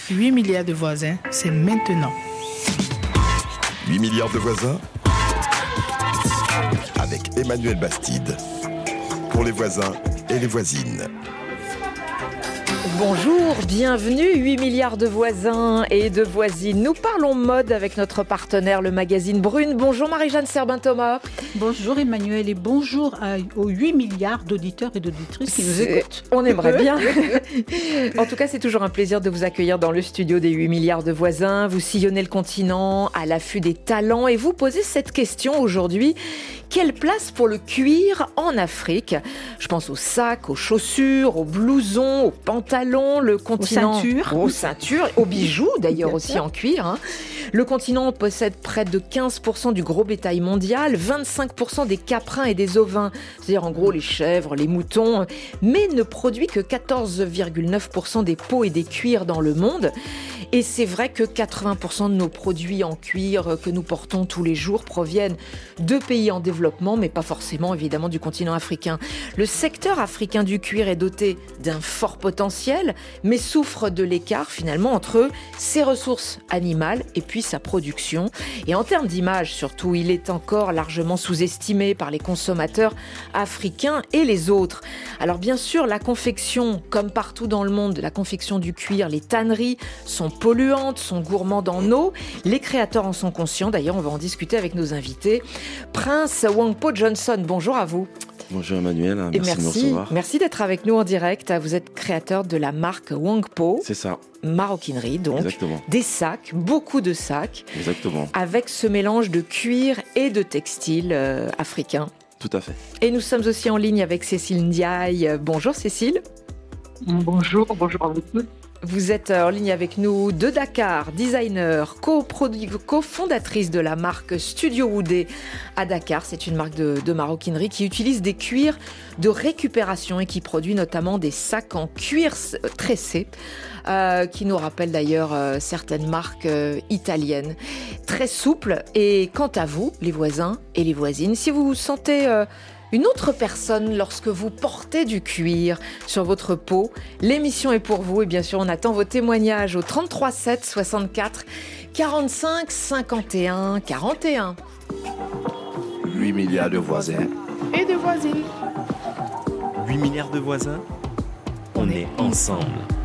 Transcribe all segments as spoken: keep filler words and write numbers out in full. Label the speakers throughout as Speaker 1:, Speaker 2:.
Speaker 1: huit milliards de voisins, c'est maintenant.
Speaker 2: huit milliards de voisins avec Emmanuel Bastide. Pour les voisins et les voisines.
Speaker 3: Bonjour, bienvenue, huit milliards de voisins et de voisines. Nous parlons mode avec notre partenaire, le magazine Brune. Bonjour Marie-Jeanne Serbin-Thomas.
Speaker 4: Bonjour Emmanuel et bonjour à, aux huit milliards d'auditeurs et d'auditrices qui nous écoutent.
Speaker 3: On aimerait bien. En tout cas, c'est toujours un plaisir de vous accueillir dans le studio des huit milliards de voisins. Vous sillonnez le continent à l'affût des talents et vous posez cette question aujourd'hui. Quelle place pour le cuir en Afrique ? Je pense aux sacs, aux chaussures, aux blousons, aux pantalons, le continent...
Speaker 4: Aux ceintures.
Speaker 3: Aux ceintures, aux bijoux d'ailleurs aussi en cuir. Hein. Le continent possède près de quinze pour cent du gros bétail mondial, vingt-cinq pour cent des caprins et des ovins, c'est-à-dire en gros les chèvres, les moutons, mais ne produit que quatorze virgule neuf pour cent des peaux et des cuirs dans le monde. Et c'est vrai que quatre-vingts pour cent de nos produits en cuir que nous portons tous les jours proviennent de pays en développement, mais pas forcément évidemment du continent africain. Le secteur africain du cuir est doté d'un fort potentiel, mais souffre de l'écart finalement entre ses ressources animales et puis sa production. Et en termes d'image surtout, il est encore largement sous-estimé par les consommateurs africains et les autres. Alors bien sûr, la confection, comme partout dans le monde, la confection du cuir, les tanneries sont polluantes, sont gourmandes en eau. Les créateurs en sont conscients. D'ailleurs, on va en discuter avec nos invités. Prince Wangpo Johnson, bonjour à vous.
Speaker 5: Bonjour Emmanuel, merci,
Speaker 3: Et merci
Speaker 5: de nous recevoir.
Speaker 3: Merci d'être avec nous en direct. Vous êtes créateur de la marque Wangpo.
Speaker 5: C'est ça.
Speaker 3: Maroquinerie, donc.
Speaker 5: Exactement.
Speaker 3: Des sacs, beaucoup de sacs.
Speaker 5: Exactement.
Speaker 3: Avec ce mélange de cuir et de textile euh, africain.
Speaker 5: Tout à fait.
Speaker 3: Et nous sommes aussi en ligne avec Cécile Ndiaye. Bonjour Cécile.
Speaker 6: Bonjour, bonjour à vous tous.
Speaker 3: Vous êtes en ligne avec nous de Dakar, designer, cofondatrice de la marque Studio Woodé à Dakar. C'est une marque de, de maroquinerie qui utilise des cuirs de récupération et qui produit notamment des sacs en cuir tressé, euh, qui nous rappellent d'ailleurs euh, certaines marques euh, italiennes. Très souple. Et quant à vous, les voisins et les voisines, si vous vous sentez... Euh, une autre personne lorsque vous portez du cuir sur votre peau, l'émission est pour vous et bien sûr on attend vos témoignages au trente-trois sept soixante-quatre quarante-cinq cinquante et un quarante et un.
Speaker 2: huit milliards de voisins
Speaker 1: Et de voisines.
Speaker 7: huit milliards de voisins, on est ensemble.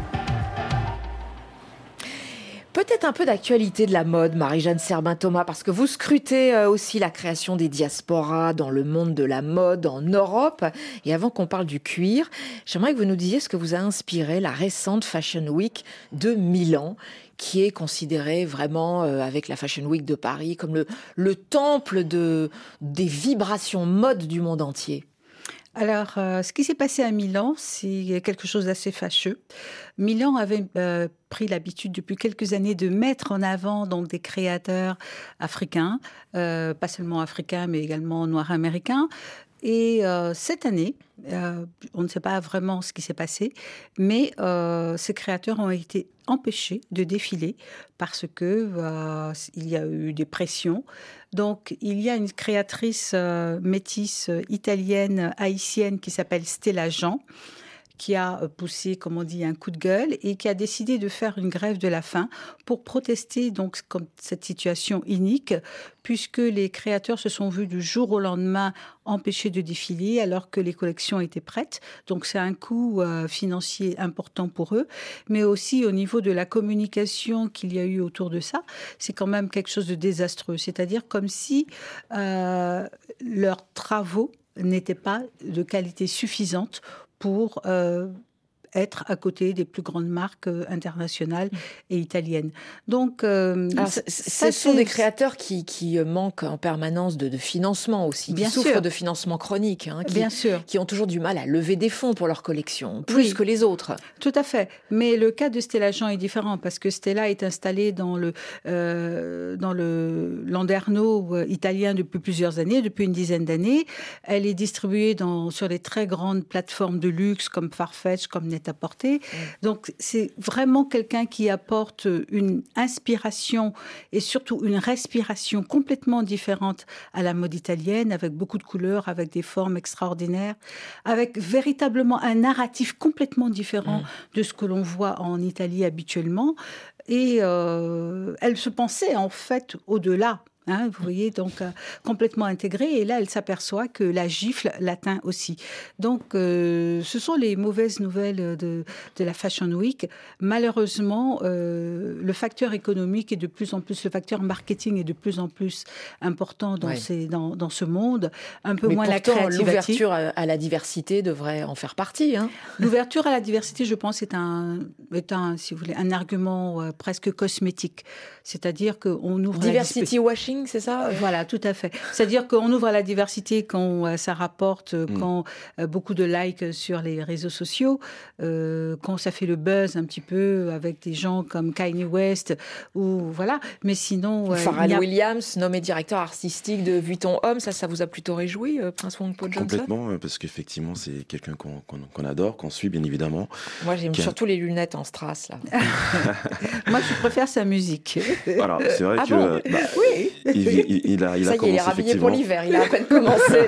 Speaker 3: Peut-être un peu d'actualité de la mode, Marie-Jeanne Serbin-Thomas, parce que vous scrutez aussi la création des diasporas dans le monde de la mode en Europe. Et avant qu'on parle du cuir, j'aimerais que vous nous disiez ce que vous a inspiré la récente Fashion Week de Milan, qui est considérée vraiment, euh, avec la Fashion Week de Paris, comme le, le temple de, des vibrations mode du monde entier.
Speaker 4: Alors, euh, ce qui s'est passé à Milan, c'est quelque chose d'assez fâcheux. Milan avait euh, pris l'habitude depuis quelques années de mettre en avant donc des créateurs africains, euh, pas seulement africains, mais également noirs américains. Et euh, cette année, euh, on ne sait pas vraiment ce qui s'est passé, mais euh, ces créateurs ont été empêchés de défiler parce que euh, il y a eu des pressions. Donc, il y a une créatrice euh, métisse italienne, haïtienne, qui s'appelle Stella Jean, qui a poussé, comme on dit, un coup de gueule et qui a décidé de faire une grève de la faim pour protester donc contre cette situation inique, puisque les créateurs se sont vus du jour au lendemain empêchés de défiler alors que les collections étaient prêtes. Donc c'est un coût euh, financier important pour eux, mais aussi au niveau de la communication qu'il y a eu autour de ça, c'est quand même quelque chose de désastreux. C'est-à-dire comme si euh, leurs travaux n'étaient pas de qualité suffisante pour euh, être à côté des plus grandes marques euh, internationales et italiennes. Donc, euh,
Speaker 3: Alors,
Speaker 4: ça,
Speaker 3: ce
Speaker 4: ça,
Speaker 3: sont
Speaker 4: c'est...
Speaker 3: des créateurs qui, qui manquent en permanence de, de financement aussi,
Speaker 4: Bien
Speaker 3: qui souffrent
Speaker 4: sûr.
Speaker 3: de financement chronique, hein, qui,
Speaker 4: Bien sûr.
Speaker 3: qui ont toujours du mal à lever des fonds pour leur collection, plus
Speaker 4: Oui.
Speaker 3: que les autres.
Speaker 4: Tout à fait. Mais le cas de Stella Jean est différent parce que Stella est installée dans le euh, dans le Landerneau italien depuis plusieurs années, depuis une dizaine d'années. Elle est distribuée dans sur les très grandes plateformes de luxe comme Farfetch, comme Net net-à-porter. Mmh. Donc, c'est vraiment quelqu'un qui apporte une inspiration et surtout une respiration complètement différente à la mode italienne, avec beaucoup de couleurs, avec des formes extraordinaires, avec véritablement un narratif complètement différent mmh. de ce que l'on voit en Italie habituellement. Et euh, elle se pensait en fait au-delà. Hein, vous voyez, donc euh, complètement intégrée. Et là, elle s'aperçoit que la gifle l'atteint aussi. Donc, euh, ce sont les mauvaises nouvelles de, de la Fashion Week. Malheureusement, euh, le facteur économique est de plus en plus, le facteur marketing est de plus en plus important dans, ouais. ces, dans, dans ce monde. Un peu
Speaker 3: Mais
Speaker 4: moins
Speaker 3: pourtant,
Speaker 4: la créativité.
Speaker 3: L'ouverture à la diversité devrait en faire partie. Hein.
Speaker 4: L'ouverture à la diversité, je pense, est un, est un, si vous voulez, un argument euh, presque cosmétique. C'est-à-dire qu'on ouvre
Speaker 3: Diversity la washing. C'est ça ?
Speaker 4: Voilà, tout à fait. C'est-à-dire qu'on ouvre à la diversité quand euh, ça rapporte, mmh. quand euh, beaucoup de likes sur les réseaux sociaux, euh, quand ça fait le buzz un petit peu avec des gens comme Kanye West, ou voilà. Mais sinon,
Speaker 3: euh, Pharrell a... Williams, nommé directeur artistique de Vuitton Homme, ça, ça vous a plutôt réjoui, euh, Prince Wangpo Johnson ?
Speaker 5: Complètement, parce qu'effectivement, c'est quelqu'un qu'on, qu'on, qu'on adore, qu'on suit, bien évidemment.
Speaker 3: Moi, j'aime surtout a... les lunettes en strass, là.
Speaker 4: Moi, je préfère sa musique.
Speaker 5: Voilà, c'est vrai
Speaker 3: ah
Speaker 5: que.
Speaker 3: Bon
Speaker 5: bah,
Speaker 3: oui.
Speaker 5: Il, il, il a, il
Speaker 3: ça
Speaker 5: a
Speaker 3: y est, il est rhabillé pour l'hiver, il a à peine commencé.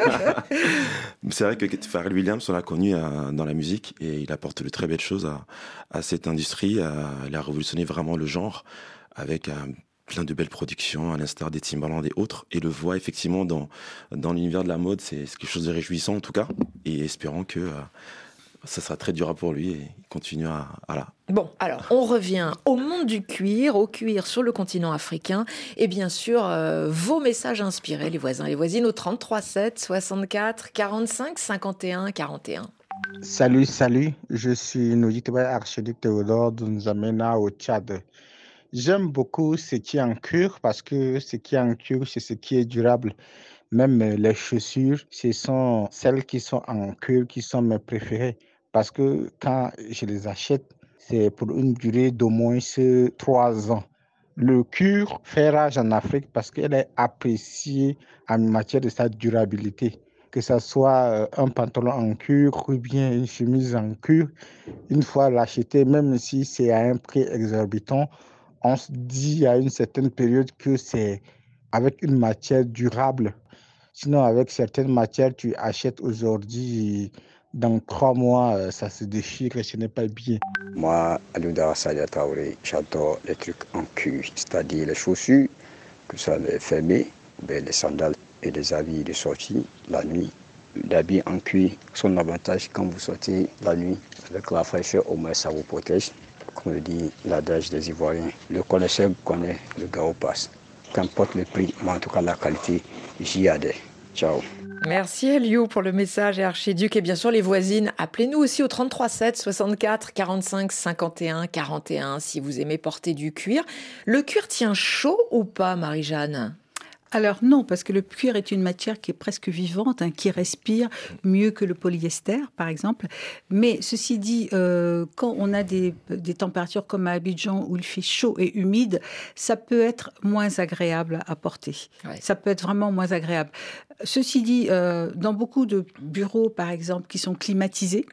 Speaker 5: C'est vrai que Pharrell Williams, on l'a connu à, dans la musique et il apporte de très belles choses à, à cette industrie. À, il a révolutionné vraiment le genre avec un, plein de belles productions, à l'instar des Timbaland et autres. Et le voit effectivement dans, dans l'univers de la mode, c'est, c'est quelque chose de réjouissant en tout cas. Et espérons que... Euh, ça sera très durable pour lui et il continuera à là.
Speaker 3: Bon, alors, on revient au monde du cuir, au cuir sur le continent africain et bien sûr, euh, vos messages inspirés, les voisins et les voisines, au trente-trois sept, soixante-quatre, quarante-cinq, cinquante et un, quarante et un.
Speaker 8: Salut, salut, je suis Nojitoué Archiduc Théodore de N'Djamena au Tchad. J'aime beaucoup ce qui est en cuir parce que ce qui est en cuir, c'est ce qui est durable. Même les chaussures, ce sont celles qui sont en cuir qui sont mes préférées. Parce que quand je les achète, c'est pour une durée d'au moins trois ans. Le cuir fait rage en Afrique parce qu'elle est appréciée en matière de sa durabilité. Que ce soit un pantalon en cuir ou bien une chemise en cuir, une fois l'acheté, même si c'est à un prix exorbitant, on se dit à une certaine période que c'est avec une matière durable. Sinon, avec certaines matières, tu achètes aujourd'hui, dans trois mois, ça se déchire et ce n'est pas bien.
Speaker 9: Moi, Alouda Sadia Traoré, j'adore les trucs en cuir, c'est-à-dire les chaussures, que ça les fermées, les sandales et les habits de sortie la nuit. L'habit en cuir, son avantage quand vous sortez la nuit, avec la fraîcheur, au moins ça vous protège. Comme le dit l'adage des Ivoiriens, le connaisseur connaît, le gars passe. Qu'importe le prix, mais en tout cas la qualité, j'y adhère. Ciao.
Speaker 3: Merci Eliou pour le message et Archiduc. Et bien sûr les voisines, appelez-nous aussi au trente-trois sept, soixante-quatre, quarante-cinq, cinquante et un, quarante et un si vous aimez porter du cuir. Le cuir tient chaud ou pas, Marie-Jeanne ?
Speaker 4: Alors non, parce que le cuir est une matière qui est presque vivante, hein, qui respire mieux que le polyester, par exemple. Mais ceci dit, euh, quand on a des, des températures comme à Abidjan où il fait chaud et humide, ça peut être moins agréable à porter. Ouais. Ça peut être vraiment moins agréable. Ceci dit, euh, dans beaucoup de bureaux, par exemple, qui sont climatisés,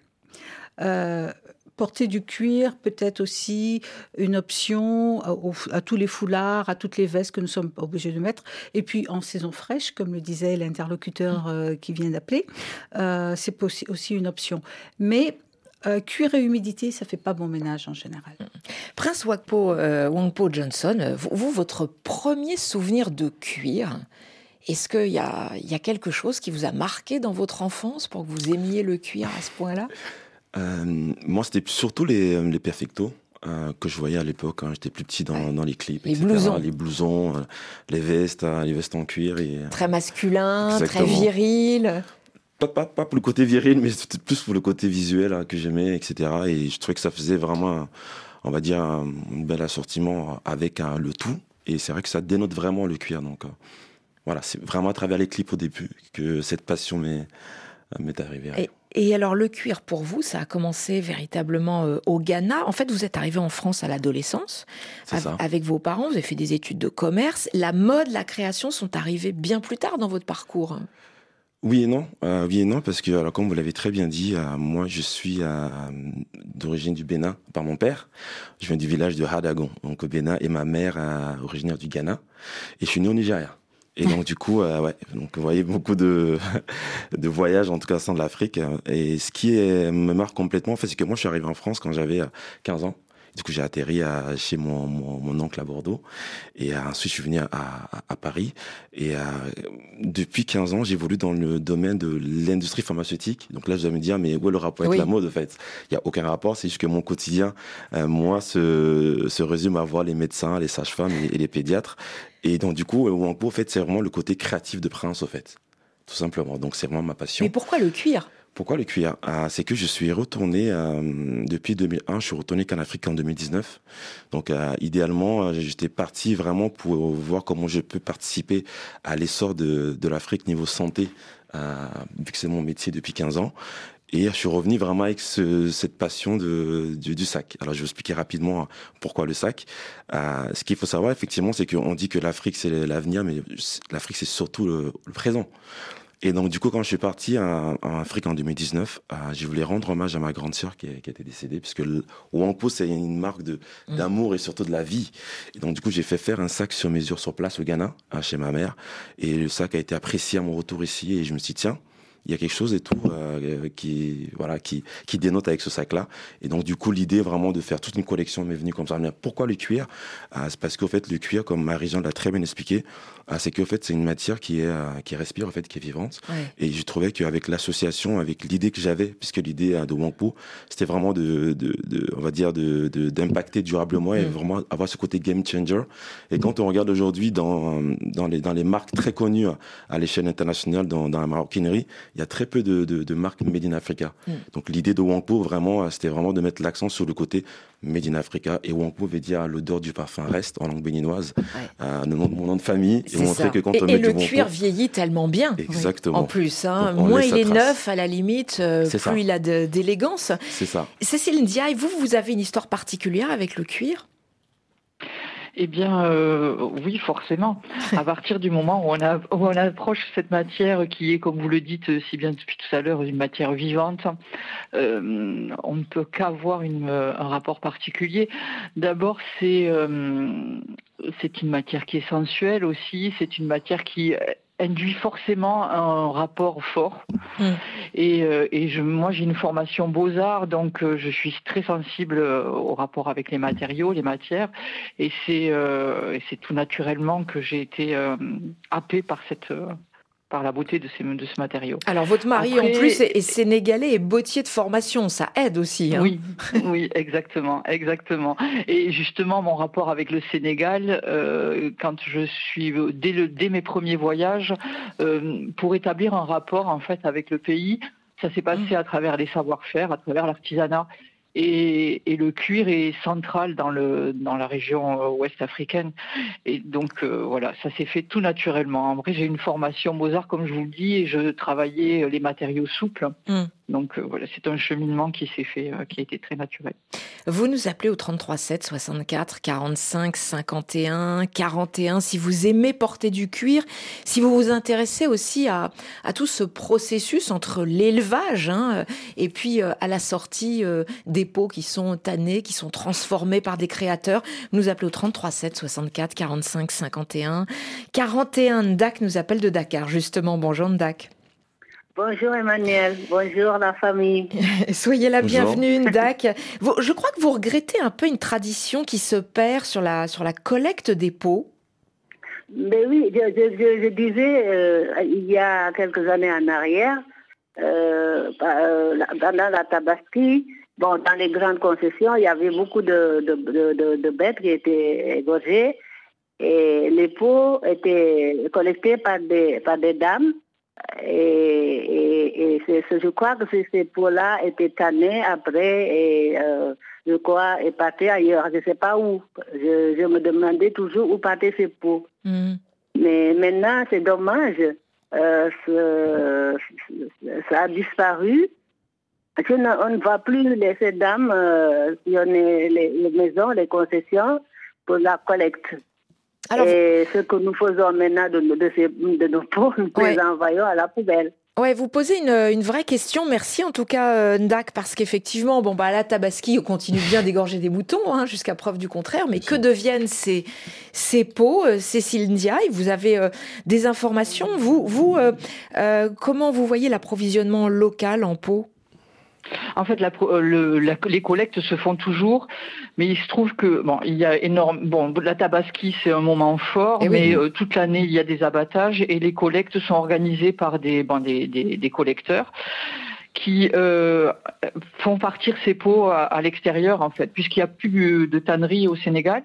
Speaker 4: euh, porter du cuir peut être aussi une option à, à tous les foulards, à toutes les vestes que nous sommes obligés de mettre. Et puis en saison fraîche, comme le disait l'interlocuteur euh, qui vient d'appeler, euh, c'est aussi, aussi une option. Mais euh, cuir et humidité, ça ne fait pas bon ménage en général.
Speaker 3: Prince Wangpo, euh, Wangpo Johnson, vous, vous, votre premier souvenir de cuir, est-ce qu'il y a, y a quelque chose qui vous a marqué dans votre enfance pour que vous aimiez le cuir à ce point-là ?
Speaker 5: Euh, moi, c'était surtout les, les perfectos euh, que je voyais à l'époque quand j'étais plus petit dans, ouais. dans les clips,
Speaker 3: les
Speaker 5: et cetera.
Speaker 3: Blousons.
Speaker 5: Les blousons, euh, les vestes, euh, les vestes en cuir. Et,
Speaker 3: très masculin,
Speaker 5: exactement.
Speaker 3: Très viril.
Speaker 5: Pas, pas, pas pour le côté viril, mais c'était plus pour le côté visuel hein, que j'aimais, et cetera. Et je trouvais que ça faisait vraiment, on va dire, un, un bel assortiment avec un, le tout. Et c'est vrai que ça dénote vraiment le cuir. Donc euh, voilà, c'est vraiment à travers les clips au début que cette passion m'est, m'est arrivée.
Speaker 3: Et... Et alors, le cuir, pour vous, ça a commencé véritablement euh, au Ghana. En fait, vous êtes arrivé en France à l'adolescence, av- avec vos parents, vous avez fait des études de commerce. La mode, la création sont arrivées bien plus tard dans votre parcours.
Speaker 5: Oui et non, euh, oui et non, parce que alors comme vous l'avez très bien dit, euh, moi je suis euh, d'origine du Bénin par mon père. Je viens du village de Hadagon, donc au Bénin, et ma mère euh, originaire du Ghana, et je suis né au Nigeria. Et donc du coup, euh, ouais, donc vous voyez beaucoup de de voyages, en tout cas sans de l'Afrique. Et ce qui est, me marque complètement, en fait, c'est que moi je suis arrivé en France quand j'avais quinze ans. Du coup, j'ai atterri à, chez mon, mon, mon oncle à Bordeaux. Et euh, ensuite, je suis venu à, à, à Paris. Et euh, depuis quinze ans, j'évolue dans le domaine de l'industrie pharmaceutique. Donc là, je dois me dire, mais où est le rapport avec oui. la mode, en fait? Il n'y a aucun rapport. C'est juste que mon quotidien, euh, moi, se, se résume à voir les médecins, les sages-femmes et, et les pédiatres. Et donc, du coup, Wanpo, en fait, c'est vraiment le côté créatif de Prince, en fait. Tout simplement. Donc, c'est vraiment ma passion.
Speaker 3: Mais pourquoi le cuir?
Speaker 5: Pourquoi le cuir? ah, C'est que je suis retourné, euh, depuis deux mille un, je suis retourné qu'en Afrique en deux mille dix-neuf. Donc euh, idéalement, euh, j'étais parti vraiment pour voir comment je peux participer à l'essor de, de l'Afrique niveau santé, euh, vu que c'est mon métier depuis quinze ans. Et je suis revenu vraiment avec ce, cette passion de, du, du sac. Alors je vais vous expliquer rapidement pourquoi le sac. Euh, ce qu'il faut savoir effectivement, c'est qu'on dit que l'Afrique c'est l'avenir, mais l'Afrique c'est surtout le, le présent. Et donc, du coup, quand je suis parti en, en Afrique en deux mille dix-neuf, euh, je voulais rendre hommage à ma grande sœur qui, qui était décédée, puisque le Wanpo, c'est une marque de, mmh. d'amour et surtout de la vie. Et donc, du coup, j'ai fait faire un sac sur mesure sur place au Ghana, hein, chez ma mère. Et le sac a été apprécié à mon retour ici. Et je me suis dit, tiens, il y a quelque chose et tout euh, qui voilà qui qui dénote avec ce sac là. Et donc du coup l'idée vraiment de faire toute une collection m'est venue comme ça. Mais pourquoi le cuir? euh, C'est parce qu'au fait le cuir, comme Marie-Jean l'a très bien expliqué, euh, c'est qu'au fait c'est une matière qui est euh, qui respire, en fait, qui est vivante. Ouais. Et je trouvais qu'avec l'association, avec l'idée que j'avais, puisque l'idée euh, de Wanpo, c'était vraiment de, de de on va dire de de d'impacter durablement, mmh. et vraiment avoir ce côté game changer. Et quand on regarde aujourd'hui dans dans les dans les marques très connues à l'échelle internationale dans dans la maroquinerie, il y a très peu de, de, de marques Made in Africa. Mm. Donc l'idée de Wanpo, vraiment, c'était vraiment de mettre l'accent sur le côté Made in Africa. Et Wanpo veut dire l'odeur du parfum reste en langue béninoise, ouais. euh, le nom, mon nom de famille.
Speaker 3: Et montrer que quand et, on et met le du cuir Wanpo, vieillit tellement bien.
Speaker 5: Exactement.
Speaker 3: En plus, hein, moins il est trace. neuf, à la limite, euh, plus ça. il a de, d'élégance.
Speaker 5: C'est ça.
Speaker 3: Cécile Ndiaye, vous, vous avez une histoire particulière avec le cuir?
Speaker 6: Eh bien, euh, oui, forcément. À partir du moment où on, a, où on approche cette matière qui est, comme vous le dites si bien depuis tout à l'heure, une matière vivante, euh, on ne peut qu'avoir une, un rapport particulier. D'abord, c'est, euh, c'est une matière qui est sensuelle aussi, c'est une matière qui induit forcément un rapport fort. Mmh. Et, euh, et je, moi, j'ai une formation beaux-arts, donc euh, je suis très sensible euh, au rapport avec les matériaux, les matières. Et c'est, euh, et c'est tout naturellement que j'ai été euh, happée par cette... Euh, par la beauté de, ces, de ce matériau.
Speaker 3: Alors, votre mari, Après, en plus, est, est sénégalais et bottier de formation. Ça aide aussi. Hein.
Speaker 6: Oui, oui, exactement, exactement. Et justement, mon rapport avec le Sénégal, euh, quand je suis, dès, le, dès mes premiers voyages, euh, pour établir un rapport, en fait, avec le pays, ça s'est passé mmh. à travers les savoir-faire, à travers l'artisanat. Et, et le cuir est central dans, le, dans la région ouest africaine. Et donc, euh, voilà, ça s'est fait tout naturellement. En vrai, j'ai une formation Beaux-Arts, comme je vous le dis, et je travaillais les matériaux souples. Mm. Donc, euh, voilà, c'est un cheminement qui s'est fait, euh, qui a été très naturel.
Speaker 3: Vous nous appelez au trente-trois sept, soixante-quatre, quarante-cinq, cinquante et un, quarante et un, si vous aimez porter du cuir, si vous vous intéressez aussi à, à tout ce processus entre l'élevage hein, et puis euh, à la sortie euh, des peaux qui sont tannées, qui sont transformées par des créateurs. Vous nous appelez au trente-trois sept, soixante-quatre, quarante-cinq, cinquante et un. quarante et un, Ndak nous appelle de Dakar, justement. Bonjour Ndak.
Speaker 10: Bonjour Emmanuel, bonjour la famille.
Speaker 3: Soyez la bienvenue Ndak. Vous, je crois que vous regrettez un peu une tradition qui se perd sur la, sur la collecte des peaux.
Speaker 10: Mais oui, je, je, je disais euh, il y a quelques années en arrière, euh, pendant la Tabaski, bon, dans les grandes concessions, il y avait beaucoup de, de, de, de, de bêtes qui étaient égorgées et les peaux étaient collectées par des, par des dames. Et, et, et c'est, je crois que ces, ces peaux-là étaient tannées après et euh, je crois et partaient ailleurs. Je ne sais pas où. Je, je me demandais toujours où partaient ces peaux. Mm. Mais maintenant, c'est dommage. Euh, ce, ça a disparu. On ne voit plus les, ces dames euh, sillonner les, les maisons, les concessions pour la collecte. Alors, et ce que nous faisons maintenant de, de, ces, de nos peaux, nous ouais. les envoyons à la poubelle.
Speaker 3: Ouais, vous posez une, une vraie question. Merci en tout cas, euh, Ndak, parce qu'effectivement, bon, bah, la Tabaski continue bien d'égorger des moutons, hein, jusqu'à preuve du contraire. Mais que deviennent ces, ces peaux, euh, Cécile Ndiaye? Vous avez euh, des informations. Vous, vous euh, euh, comment vous voyez l'approvisionnement local en peaux?
Speaker 6: En fait, la, le, la, les collectes se font toujours, mais il se trouve que bon, il y a énorme. Bon, la Tabaski c'est un moment fort, et mais oui. euh, toute l'année il y a des abattages et les collectes sont organisées par des bon, des, des, des collecteurs qui euh, font partir ces peaux à, à l'extérieur en fait, puisqu'il n'y a plus de tannerie au Sénégal.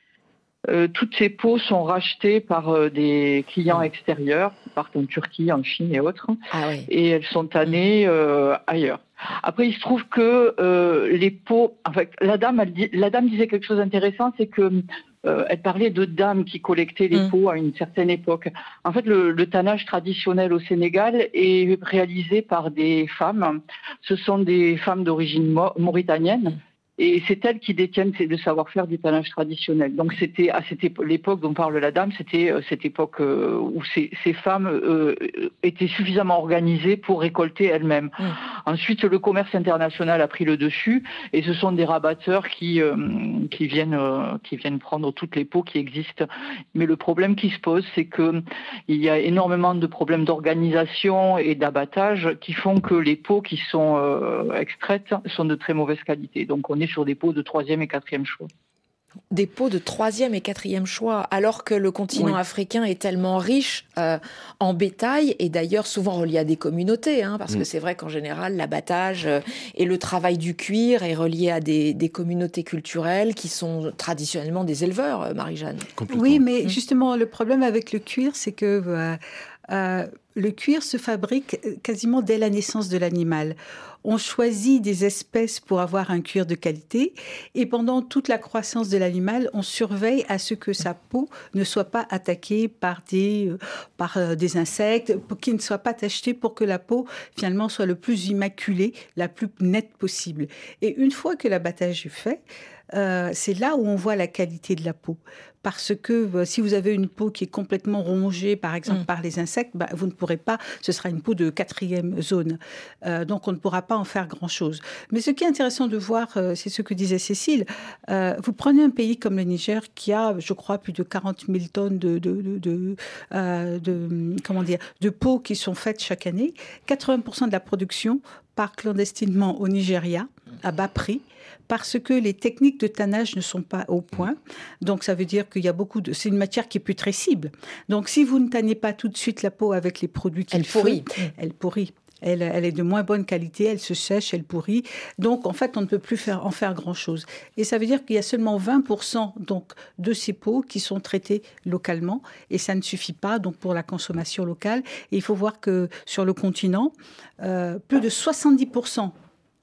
Speaker 6: Euh, toutes ces peaux sont rachetées par euh, des clients extérieurs, qui partent en Turquie, en Chine et autres,
Speaker 3: ah oui.
Speaker 6: et elles sont tannées euh, ailleurs. Après, il se trouve que euh, les peaux, en fait, la dame, elle dit, la dame disait quelque chose d'intéressant, c'est que euh, elle parlait de dames qui collectaient les mmh. peaux à une certaine époque. En fait, le, le tannage traditionnel au Sénégal est réalisé par des femmes. Ce sont des femmes d'origine mauritanienne. Mmh. Et c'est elles qui détiennent le savoir-faire du tannage traditionnel. Donc c'était à cette époque, l'époque dont parle la dame, c'était euh, cette époque euh, où ces, ces femmes euh, étaient suffisamment organisées pour récolter elles-mêmes. Mmh. Ensuite, le commerce international a pris le dessus, et ce sont des rabatteurs qui euh, qui viennent euh, qui viennent prendre toutes les peaux qui existent. Mais le problème qui se pose, c'est que il y a énormément de problèmes d'organisation et d'abattage qui font que les peaux qui sont euh, extraites sont de très mauvaise qualité. Donc on est sur des peaux de troisième et quatrième choix.
Speaker 3: Des peaux de troisième et quatrième choix, alors que le continent oui. africain est tellement riche euh, en bétail, et d'ailleurs souvent relié à des communautés, hein, parce mmh. que c'est vrai qu'en général, l'abattage euh, et le travail du cuir est relié à des, des communautés culturelles qui sont traditionnellement des éleveurs, euh, Marie-Jeanne.
Speaker 4: Oui, mais mmh. justement, le problème avec le cuir, c'est que... Euh, euh, le cuir se fabrique quasiment dès la naissance de l'animal. On choisit des espèces pour avoir un cuir de qualité, et pendant toute la croissance de l'animal, on surveille à ce que sa peau ne soit pas attaquée par des, euh, par, euh, des insectes, pour qu'il ne soit pas tacheté, pour que la peau finalement soit le plus immaculée, la plus nette possible. Et une fois que l'abattage est fait, euh, c'est là où on voit la qualité de la peau. Parce que euh, si vous avez une peau qui est complètement rongée, par exemple, mmh. par les insectes, bah, vous ne pourrez pas, ce sera une peau de quatrième zone. Euh, donc, on ne pourra pas en faire grand-chose. Mais ce qui est intéressant de voir, euh, c'est ce que disait Cécile. Euh, vous prenez un pays comme le Niger qui a, je crois, plus de quarante mille tonnes de, de, de, de, euh, de, comment dire, de peaux qui sont faites chaque année. quatre-vingts pour cent de la production part clandestinement au Nigeria, à bas prix, parce que les techniques de tannage ne sont pas au point. Donc, ça veut dire qu'il y a beaucoup de... C'est une matière qui est putrescible. Donc, si vous ne tannez pas tout de suite la peau avec les produits qu'il faut... Elle pourrit. Elle pourrit. Elle, elle est de moins bonne qualité, elle se sèche, elle pourrit. Donc, en fait, on ne peut plus faire, en faire grand-chose. Et ça veut dire qu'il y a seulement vingt pour cent donc, de ces peaux qui sont traitées localement. Et ça ne suffit pas donc, pour la consommation locale. Et il faut voir que sur le continent, euh, plus de soixante-dix pour cent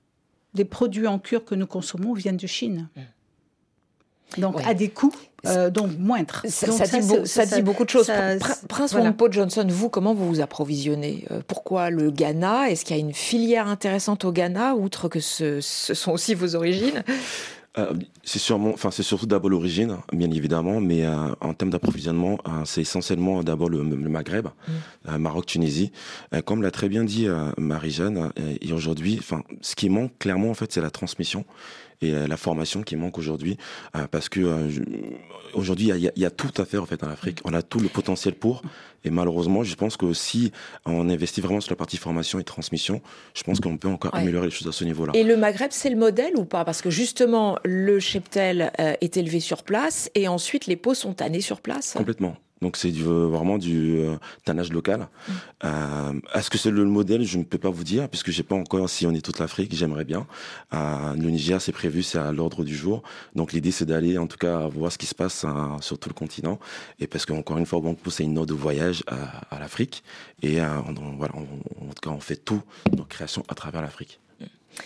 Speaker 4: des produits en cuir que nous consommons viennent de Chine. Donc, ouais. à des coûts euh, donc moindres.
Speaker 3: Ça,
Speaker 4: donc
Speaker 3: ça,
Speaker 4: ça,
Speaker 3: dit, beau, ça, ça dit beaucoup de choses.
Speaker 4: Ça,
Speaker 3: Prince
Speaker 4: voilà.
Speaker 3: Wampo Johnson, vous, comment vous vous approvisionnez? Pourquoi le Ghana? Est-ce qu'il y a une filière intéressante au Ghana, outre que ce, ce sont aussi vos origines?
Speaker 5: Euh, c'est sûrement, enfin c'est surtout d'abord l'origine, bien évidemment, mais euh, en termes d'approvisionnement, euh, c'est essentiellement d'abord le, le Maghreb, mmh. euh, Maroc, Tunisie. Euh, comme l'a très bien dit euh, Marie-Jeanne, euh, et aujourd'hui, enfin, ce qui manque clairement en fait, c'est la transmission et euh, la formation qui manque aujourd'hui, euh, parce que euh, je, aujourd'hui il y a, y a tout à faire en fait en Afrique. On a tout le potentiel pour, et malheureusement, je pense que si on investit vraiment sur la partie formation et transmission, je pense qu'on peut encore ouais. améliorer les choses à ce niveau-là.
Speaker 3: Et le Maghreb, c'est le modèle ou pas? Parce que justement, le cheptel euh, est élevé sur place, et ensuite les peaux sont tannées sur place.
Speaker 5: Complètement. Donc c'est du, vraiment du euh, tannage local. Mmh. Euh, est-ce que c'est le modèle? Je ne peux pas vous dire, puisque j'ai pas encore sillonné toute l'Afrique. J'aimerais bien. Euh, le Niger, c'est prévu, c'est à l'ordre du jour. Donc l'idée, c'est d'aller, en tout cas, voir ce qui se passe hein, sur tout le continent. Et parce qu'encore une fois, bon, c'est une ode de voyage à, à l'Afrique. Et euh, on, voilà, on, en tout cas, on fait tout nos créations à travers l'Afrique. Mmh.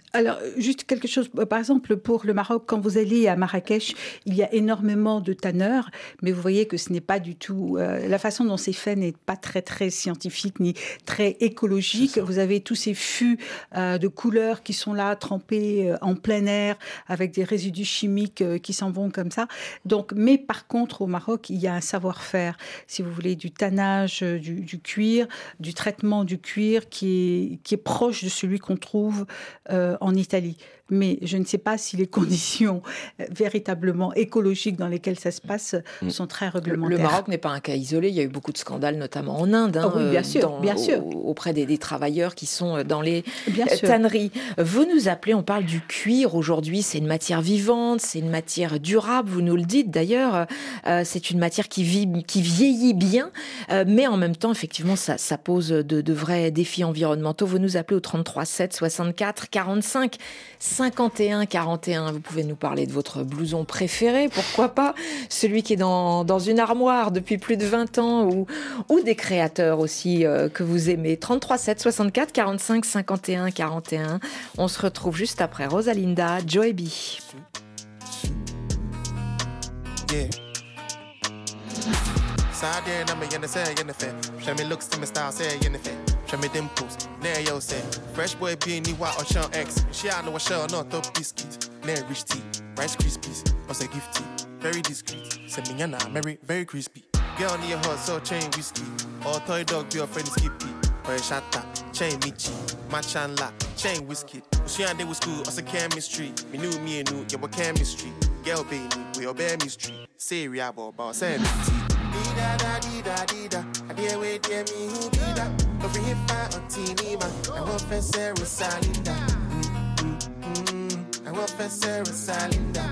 Speaker 4: Alors, juste quelque chose, par exemple, pour le Maroc, quand vous allez à Marrakech, il y a énormément de tanneurs, mais vous voyez que ce n'est pas du tout... Euh, la façon dont c'est fait n'est pas très, très scientifique, ni très écologique. Vous avez tous ces fûts euh, de couleurs qui sont là, trempés euh, en plein air, avec des résidus chimiques euh, qui s'en vont comme ça. Donc, mais par contre, au Maroc, il y a un savoir-faire, si vous voulez, du tannage, euh, du, du cuir, du traitement du cuir qui est, qui est proche de celui qu'on trouve euh, en Italie. Mais je ne sais pas si les conditions euh, véritablement écologiques dans lesquelles ça se passe mmh. sont très réglementaires.
Speaker 3: Le Maroc n'est pas un cas isolé. Il y a eu beaucoup de scandales, notamment en Inde, hein,
Speaker 4: oh oui, bien sûr,
Speaker 3: dans,
Speaker 4: bien sûr.
Speaker 3: auprès des, des travailleurs qui sont dans les
Speaker 4: bien
Speaker 3: tanneries. Sûr. Vous nous appelez, on parle du cuir aujourd'hui. C'est une matière vivante, c'est une matière durable. Vous nous le dites d'ailleurs. Euh, c'est une matière qui, vit, qui vieillit bien, euh, mais en même temps, effectivement, ça, ça pose de, de vrais défis environnementaux. Vous nous appelez au trente-trois sept soixante-quatre quarante-cinq cinquante et un quarante et un. Vous pouvez nous parler de votre blouson préféré, pourquoi pas, celui qui est dans, dans une armoire depuis plus de vingt ans, ou, ou des créateurs aussi euh, que vous aimez. trente-trois sept soixante-quatre quarante-cinq cinquante et un quarante et un. On se retrouve juste après Rosalinda, Joey B.
Speaker 11: Yeah. Side there, number in the say in the fair. Show me looks to my style, say in the fair. Show me dimples, there yo say. Fresh boy being you out on Sean X. She I know a shell, not top biscuit. Nair rich tea, Rice Krispies, or say gift tea. Very discreet, send me yana, Mary, very crispy. Girl near her, so chain whiskey. Or toy dog, be your friend Skippy. Or a shatta, chain Michi. Match and la, chain whiskey. She and they was school, or say chemistry. Me knew me and knew, yeah, what chemistry. Girl baby, we obey mystery. Say riabo, about send tea. Dida da dida dida, I dear wait dear me who be that. But we hit fire on teeny man. I want for Sarah Salinda. I want for Sarah Salinda.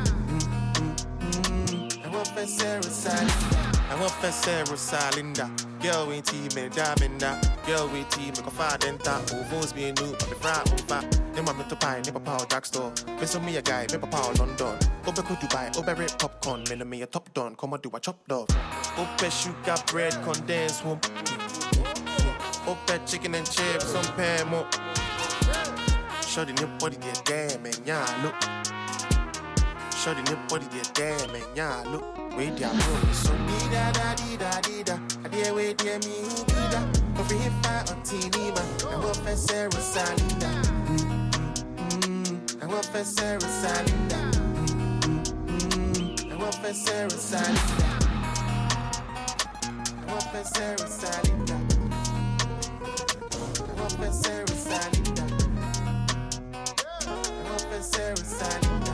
Speaker 11: I want for Sarah Salinda. I want for Sarah Salinda. Girl with team and diamond that. Girl with team make a fire denta. Ovos being new, but the fry over. Them want me to buy, never power dark store. Listen me a guy, never power London. Obe could Dubai, obe red popcorn. Men me a top down, come on do a chop dog. Ope sugar bread, condensed womb. Ope chicken and chips, some pan more. Show the nip body get damn and yeah look. Show the nip body get damn and yeah look. Wait there bro, so dee da da dee da dee da. I dear wait there me who be that. Over here fire on teeny man. I want for Sarah Salinda. I want for Sarah Salinda. I want for Sarah Salinda. I want for Sarah Salinda. I want for Sarah Salinda. I want for Sarah Salinda.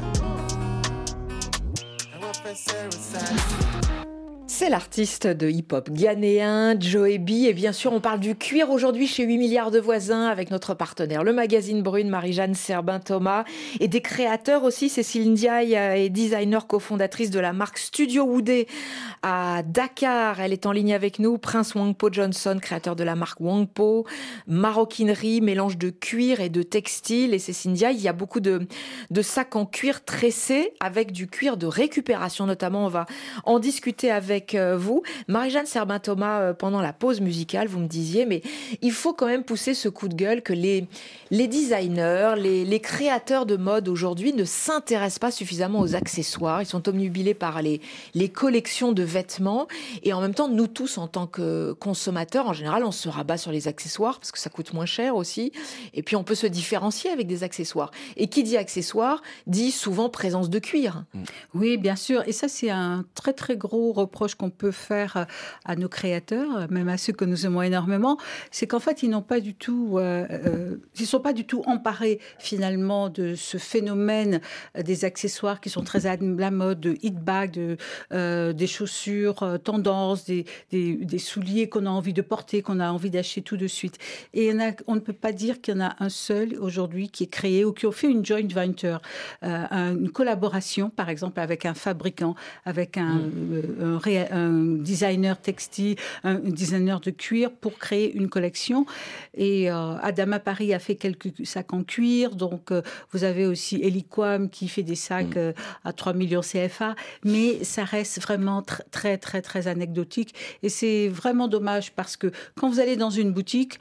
Speaker 11: I want for Sarah Salinda.
Speaker 3: C'est l'artiste de hip-hop ghanéen, Joey B. Et bien sûr, on parle du cuir aujourd'hui chez huit milliards de voisins avec notre partenaire, le magazine Brune, Marie-Jeanne Serbin-Thomas. Et des créateurs aussi, Cécile Ndiaye est designer cofondatrice de la marque Studio Woodé à Dakar. Elle est en ligne avec nous. Prince Wangpo Johnson, créateur de la marque Wangpo. Maroquinerie, mélange de cuir et de textile. Et Cécile Ndiaye, il y a beaucoup de, de sacs en cuir tressés avec du cuir de récupération notamment. On va en discuter avec vous. Marie-Jeanne Serbin-Thomas, pendant la pause musicale, vous me disiez, mais il faut quand même pousser ce coup de gueule que les, les designers, les, les créateurs de mode aujourd'hui ne s'intéressent pas suffisamment aux accessoires. Ils sont obnubilés par les, les collections de vêtements. Et en même temps, nous tous, en tant que consommateurs, en général, on se rabat sur les accessoires parce que ça coûte moins cher aussi. Et puis, on peut se différencier avec des accessoires. Et qui dit accessoires, dit souvent présence de cuir.
Speaker 4: Oui, bien sûr. Et ça, c'est un très, très gros reproche qu'on peut faire à nos créateurs, même à ceux que nous aimons énormément, c'est qu'en fait, ils n'ont pas du tout, euh, euh, ils sont pas du tout emparés finalement de ce phénomène des accessoires qui sont très à la mode, de hit bag, de, euh, des chaussures euh, tendance, des, des, des souliers qu'on a envie de porter, qu'on a envie d'acheter tout de suite. Et on, a, on ne peut pas dire qu'il y en a un seul aujourd'hui qui est créé ou qui a fait une joint venture, euh, une collaboration, par exemple, avec un fabricant, avec un, mmh. euh, un réel un designer textile, un designer de cuir pour créer une collection. Et euh, Adama Paris a fait quelques sacs en cuir. Donc, euh, vous avez aussi Eliquam qui fait des sacs euh, à trois millions C F A. Mais ça reste vraiment tr- très, très, très anecdotique. Et c'est vraiment dommage parce que quand vous allez dans une boutique,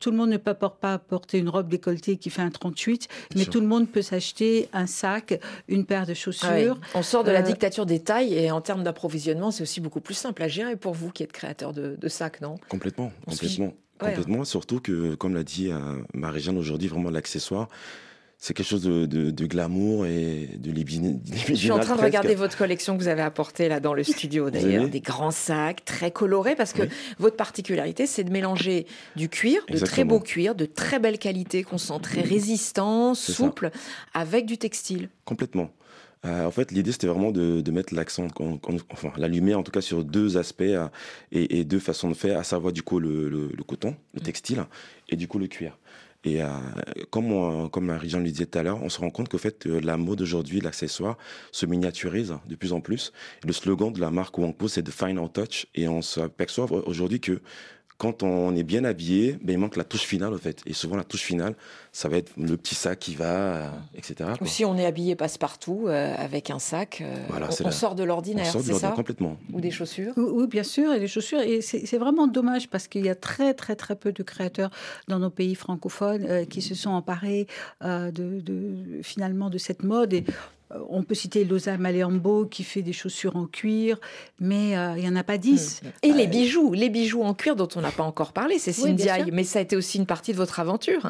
Speaker 4: tout le monde ne peut pas porter une robe décolletée qui fait un trente-huit,
Speaker 5: Bien
Speaker 4: mais
Speaker 5: sûr.
Speaker 4: tout le monde peut s'acheter un sac, une paire de chaussures.
Speaker 3: Ah oui. On sort de la
Speaker 4: Euh,
Speaker 3: dictature des tailles et en termes d'approvisionnement, c'est aussi beaucoup plus simple à gérer pour vous qui êtes créateur de, de sacs, non?
Speaker 5: Complètement,
Speaker 3: On se
Speaker 5: complètement.
Speaker 3: dit- Ouais.
Speaker 5: Complètement, surtout que, comme l'a dit euh, Marie-Jeanne aujourd'hui, vraiment l'accessoire, c'est quelque chose de, de, de glamour et de libidinal.
Speaker 3: Je suis en train de regarder votre collection que vous avez apportée là dans le studio d'ailleurs,
Speaker 5: avez
Speaker 3: des grands sacs très colorés parce que
Speaker 5: Oui.
Speaker 3: votre particularité c'est de mélanger du cuir, de très
Speaker 5: Exactement.
Speaker 3: beau cuir, de très belle qualité qu'on sent très résistant,
Speaker 5: C'est ça.
Speaker 3: souple, avec du textile.
Speaker 5: Complètement. Euh, en fait, l'idée, c'était vraiment de, de mettre l'accent, qu'on- qu'on- enfin, la lumière, en tout cas, sur deux aspects euh, et, et deux façons de faire, à savoir, du coup, le, le, le coton, le textile, et du coup, le cuir. Et euh, comme, on- comme Marie-Jeanne le disait tout à l'heure, on se rend compte qu'en fait, euh, la mode aujourd'hui, l'accessoire, se miniaturise de plus en plus. Et le slogan de la marque Wangpo, c'est « The Final Touch ». Et on s'aperçoit aujourd'hui que quand on est bien habillé, ben, il manque la touche finale, en fait. Et souvent, la touche finale, ça va être le petit sac qui va, euh, et cetera quoi.
Speaker 3: Ou si on est habillé passe-partout euh, avec un sac, euh,
Speaker 5: Voilà,
Speaker 3: on,
Speaker 5: c'est
Speaker 3: on
Speaker 5: la-
Speaker 3: sort de
Speaker 5: On
Speaker 3: l'ordinaire,
Speaker 5: sort de
Speaker 3: c'est
Speaker 5: l'ordre
Speaker 3: ça?
Speaker 5: complètement.
Speaker 3: Ou des chaussures?
Speaker 4: Oui, oui, bien sûr, et les chaussures. Et c'est c'est vraiment dommage parce qu'il y a très, très, très peu de créateurs dans nos pays francophones euh, qui se sont emparés euh, de, de- finalement de cette mode. Et euh, on peut citer Loza Maleambo qui fait des chaussures en cuir, mais euh, il n'y en a pas dix.
Speaker 3: Et les bijoux, les bijoux en cuir dont on n'a pas encore parlé, c'est
Speaker 4: Oui, bien
Speaker 3: Cindy,
Speaker 4: sûr.
Speaker 3: mais ça a été aussi une partie de votre aventure.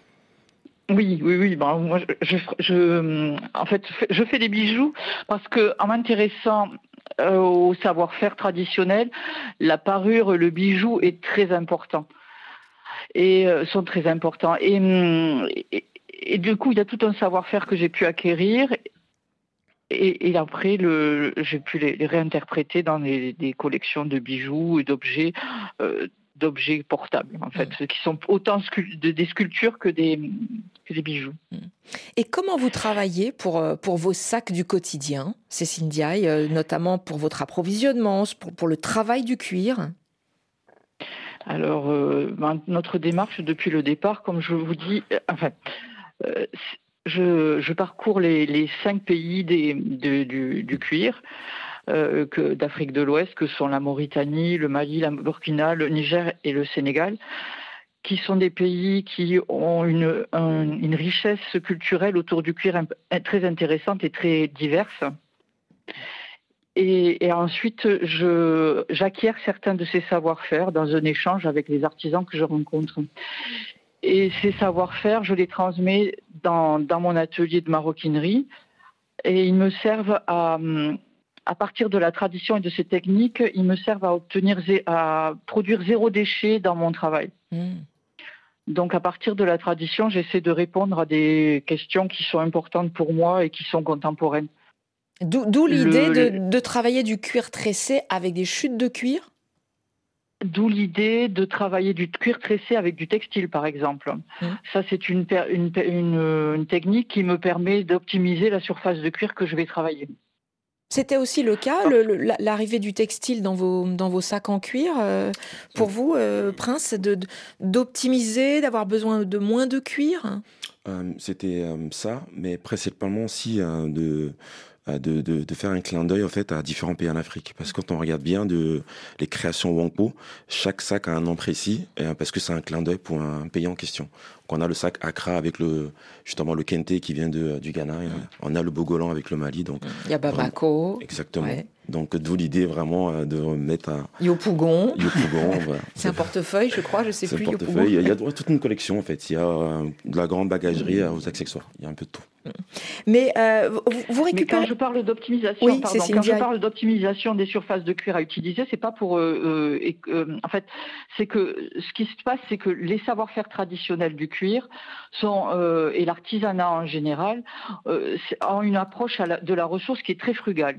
Speaker 6: Oui, oui, oui. Ben, moi, je, je, je- en fait, je fais des bijoux parce que, en m'intéressant euh, au savoir-faire traditionnel, la parure, le bijou est très important et euh, sont très importants. Et, hum, et, et du coup, il y a tout un savoir-faire que j'ai pu acquérir. Et, et après, le, j'ai pu les, les réinterpréter dans les, des collections de bijoux et d'objets, euh, d'objets portables, en fait, qui sont autant scul- de- des sculptures que des, que des bijoux.
Speaker 3: Et comment vous travaillez pour, euh, pour vos sacs du quotidien, Cécile Ndiaye, euh, notamment pour votre approvisionnement, pour, pour le travail du cuir?
Speaker 6: Alors, euh, ben, notre démarche depuis le départ, comme je vous dis, euh, enfin, euh, je, je parcours les, les cinq pays des, de- du, du cuir euh, que, d'Afrique de l'Ouest, que sont la Mauritanie, le Mali, la Burkina, le Niger et le Sénégal, qui sont des pays qui ont une, un- une richesse culturelle autour du cuir imp- très intéressante et très diverse. Et, et ensuite, je, j'acquiers certains de ces savoir-faire dans un échange avec les artisans que je rencontre. Et ces savoir-faire, je les transmets dans, dans mon atelier de maroquinerie et ils me servent à, à partir de la tradition et de ces techniques, ils me servent à obtenir, zé- à produire zéro déchet dans mon travail.
Speaker 3: Mmh.
Speaker 6: Donc, à partir de la tradition, j'essaie de répondre à des questions qui sont importantes pour moi et qui sont contemporaines.
Speaker 3: D'où d'où l'idée
Speaker 6: Le-
Speaker 3: de, de travailler du cuir tressé avec des chutes de cuir?
Speaker 6: D'où l'idée de travailler du cuir tressé avec du textile, par exemple.
Speaker 3: Mmh.
Speaker 6: Ça, c'est une, per- une, per- une, euh, une technique qui me permet d'optimiser la surface de cuir que je vais travailler.
Speaker 3: C'était aussi le cas, le- le- la- l'arrivée du textile dans vos, dans vos sacs en cuir, euh, pour vous, euh, Prince, de- de- d'optimiser, d'avoir besoin de moins de cuir?
Speaker 5: Euh, C'était euh, ça, mais principalement aussi euh, de, euh, de, de, de faire un clin d'œil en fait à différents pays en Afrique. Parce que quand on regarde bien de, les créations Wangpo, chaque sac a un nom précis, euh, parce que c'est un clin d'œil pour un pays en question. Donc on a le sac Accra avec le, justement le Kente qui vient de, du Ghana, et, euh, on a le Bogolan avec le Mali. Donc,
Speaker 3: Il y a Bamako,
Speaker 5: exactement.
Speaker 3: Ouais.
Speaker 5: Donc d'où l'idée vraiment euh, de remettre un
Speaker 3: Yopougon.
Speaker 5: Yopougon. Voilà.
Speaker 3: C'est un portefeuille, je crois, je sais
Speaker 5: C'est un
Speaker 3: plus.
Speaker 5: portefeuille.
Speaker 3: Yopougon.
Speaker 5: Il y a toute une collection en fait. Il y a euh, de la grande bagagerie aux accessoires. Il y a un peu de tout.
Speaker 3: Mais euh, vous, vous
Speaker 6: Mais
Speaker 3: récupérez...
Speaker 6: quand je parle d'optimisation,
Speaker 3: Oui,
Speaker 6: pardon,
Speaker 3: Cécile
Speaker 6: quand je
Speaker 3: Ndiaye.
Speaker 6: parle d'optimisation des surfaces de cuir à utiliser, c'est pas pour, euh, euh, et, euh, en fait, c'est que ce qui se passe, c'est que les savoir-faire traditionnels du cuir sont euh, et l'artisanat en général euh, c'est- ont une approche à la- de la ressource qui est très frugale.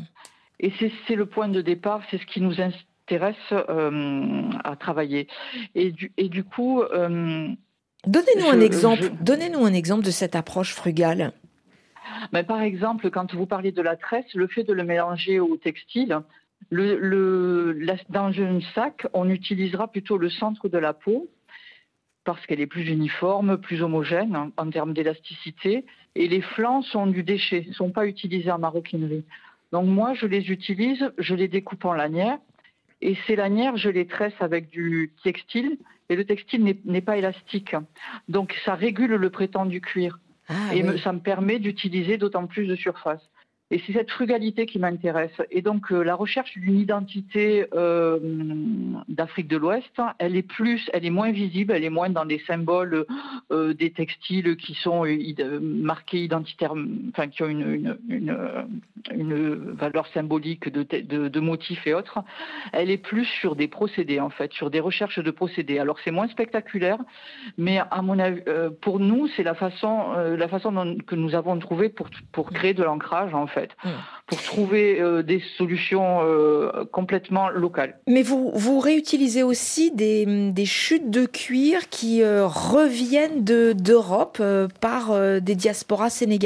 Speaker 6: Et c'est c'est le point de départ, c'est ce qui nous intéresse euh, à travailler. Et du, et du coup, euh,
Speaker 3: Donnez-nous
Speaker 6: je-
Speaker 3: un exemple.
Speaker 6: je-
Speaker 3: Donnez-nous un exemple de cette approche frugale.
Speaker 6: Ben, par exemple, quand vous parlez de la tresse, le fait de le mélanger au textile, le, le, la- dans un sac, on utilisera plutôt le centre de la peau parce qu'elle est plus uniforme, plus homogène en, en termes d'élasticité, et les flancs sont du déchet, ne sont pas utilisés en maroquinerie. Donc moi, je les utilise, je les découpe en lanières, Et ces lanières, je les tresse avec du textile, et le textile n'est, n'est pas élastique. Donc ça régule le prétend du cuir. Ah, et oui. me, ça me permet d'utiliser d'autant plus de surface. Et c'est cette frugalité qui m'intéresse. Et donc, euh, la recherche d'une identité euh, d'Afrique de l'Ouest, elle est plus, elle est moins visible, elle est moins dans les symboles euh, des textiles qui sont euh, marqués identitaires, enfin qui ont une, une, une, une valeur symbolique de, de, de motifs et autres. Elle est plus sur des procédés, en fait, sur des recherches de procédés. Alors, c'est moins spectaculaire, mais à mon avis, euh, pour nous, c'est la façon, euh, la façon dont, que nous avons trouvé pour, pour créer de l'ancrage, en fait. Pour trouver euh, des solutions euh, complètement locales.
Speaker 3: Mais vous, vous réutilisez aussi des, des chutes de cuir qui euh, reviennent de, d'Europe euh, par euh, des diasporas sénégalaises ?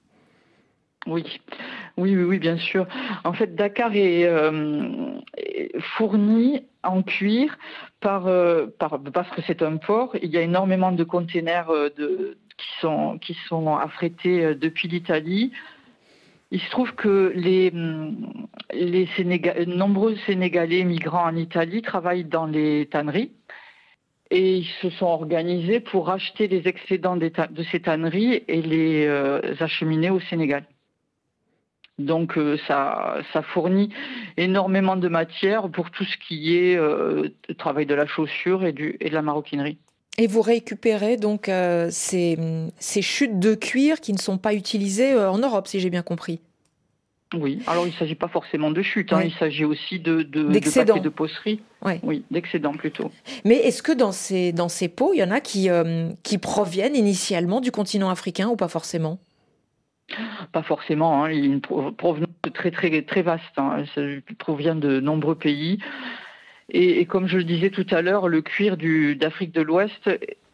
Speaker 6: Oui. oui, oui, oui, bien sûr. En fait, Dakar est, euh, est fourni en cuir par, euh, par, parce que c'est un port. Il y a énormément de containers euh, de, qui sont, qui sont affrétés depuis l'Italie. Il se trouve que les, les Sénégal, nombreux Sénégalais migrants en Italie travaillent dans les tanneries et ils se sont organisés pour acheter les excédents de ces tanneries et les euh, acheminer au Sénégal. Donc euh, ça, ça fournit énormément de matière pour tout ce qui est euh, travail de la chaussure et, du, et de la maroquinerie.
Speaker 3: Et vous récupérez donc euh, ces, ces chutes de cuir qui ne sont pas utilisées euh, en Europe, si j'ai bien compris.
Speaker 6: Oui, alors il ne s'agit pas forcément de chutes, hein, oui. Il s'agit aussi de, de,
Speaker 3: d'excédents.
Speaker 6: de papier de pocerie.
Speaker 3: Oui,
Speaker 6: oui d'excédents plutôt.
Speaker 3: Mais est-ce que dans ces, dans ces pots, il y en a qui, euh, qui proviennent initialement du continent africain ou pas forcément ?
Speaker 6: Pas forcément, hein, il y a une provenance très, très, très vaste, hein, ça provient de nombreux pays. Et, et comme je le disais tout à l'heure, le cuir du, d'Afrique de l'Ouest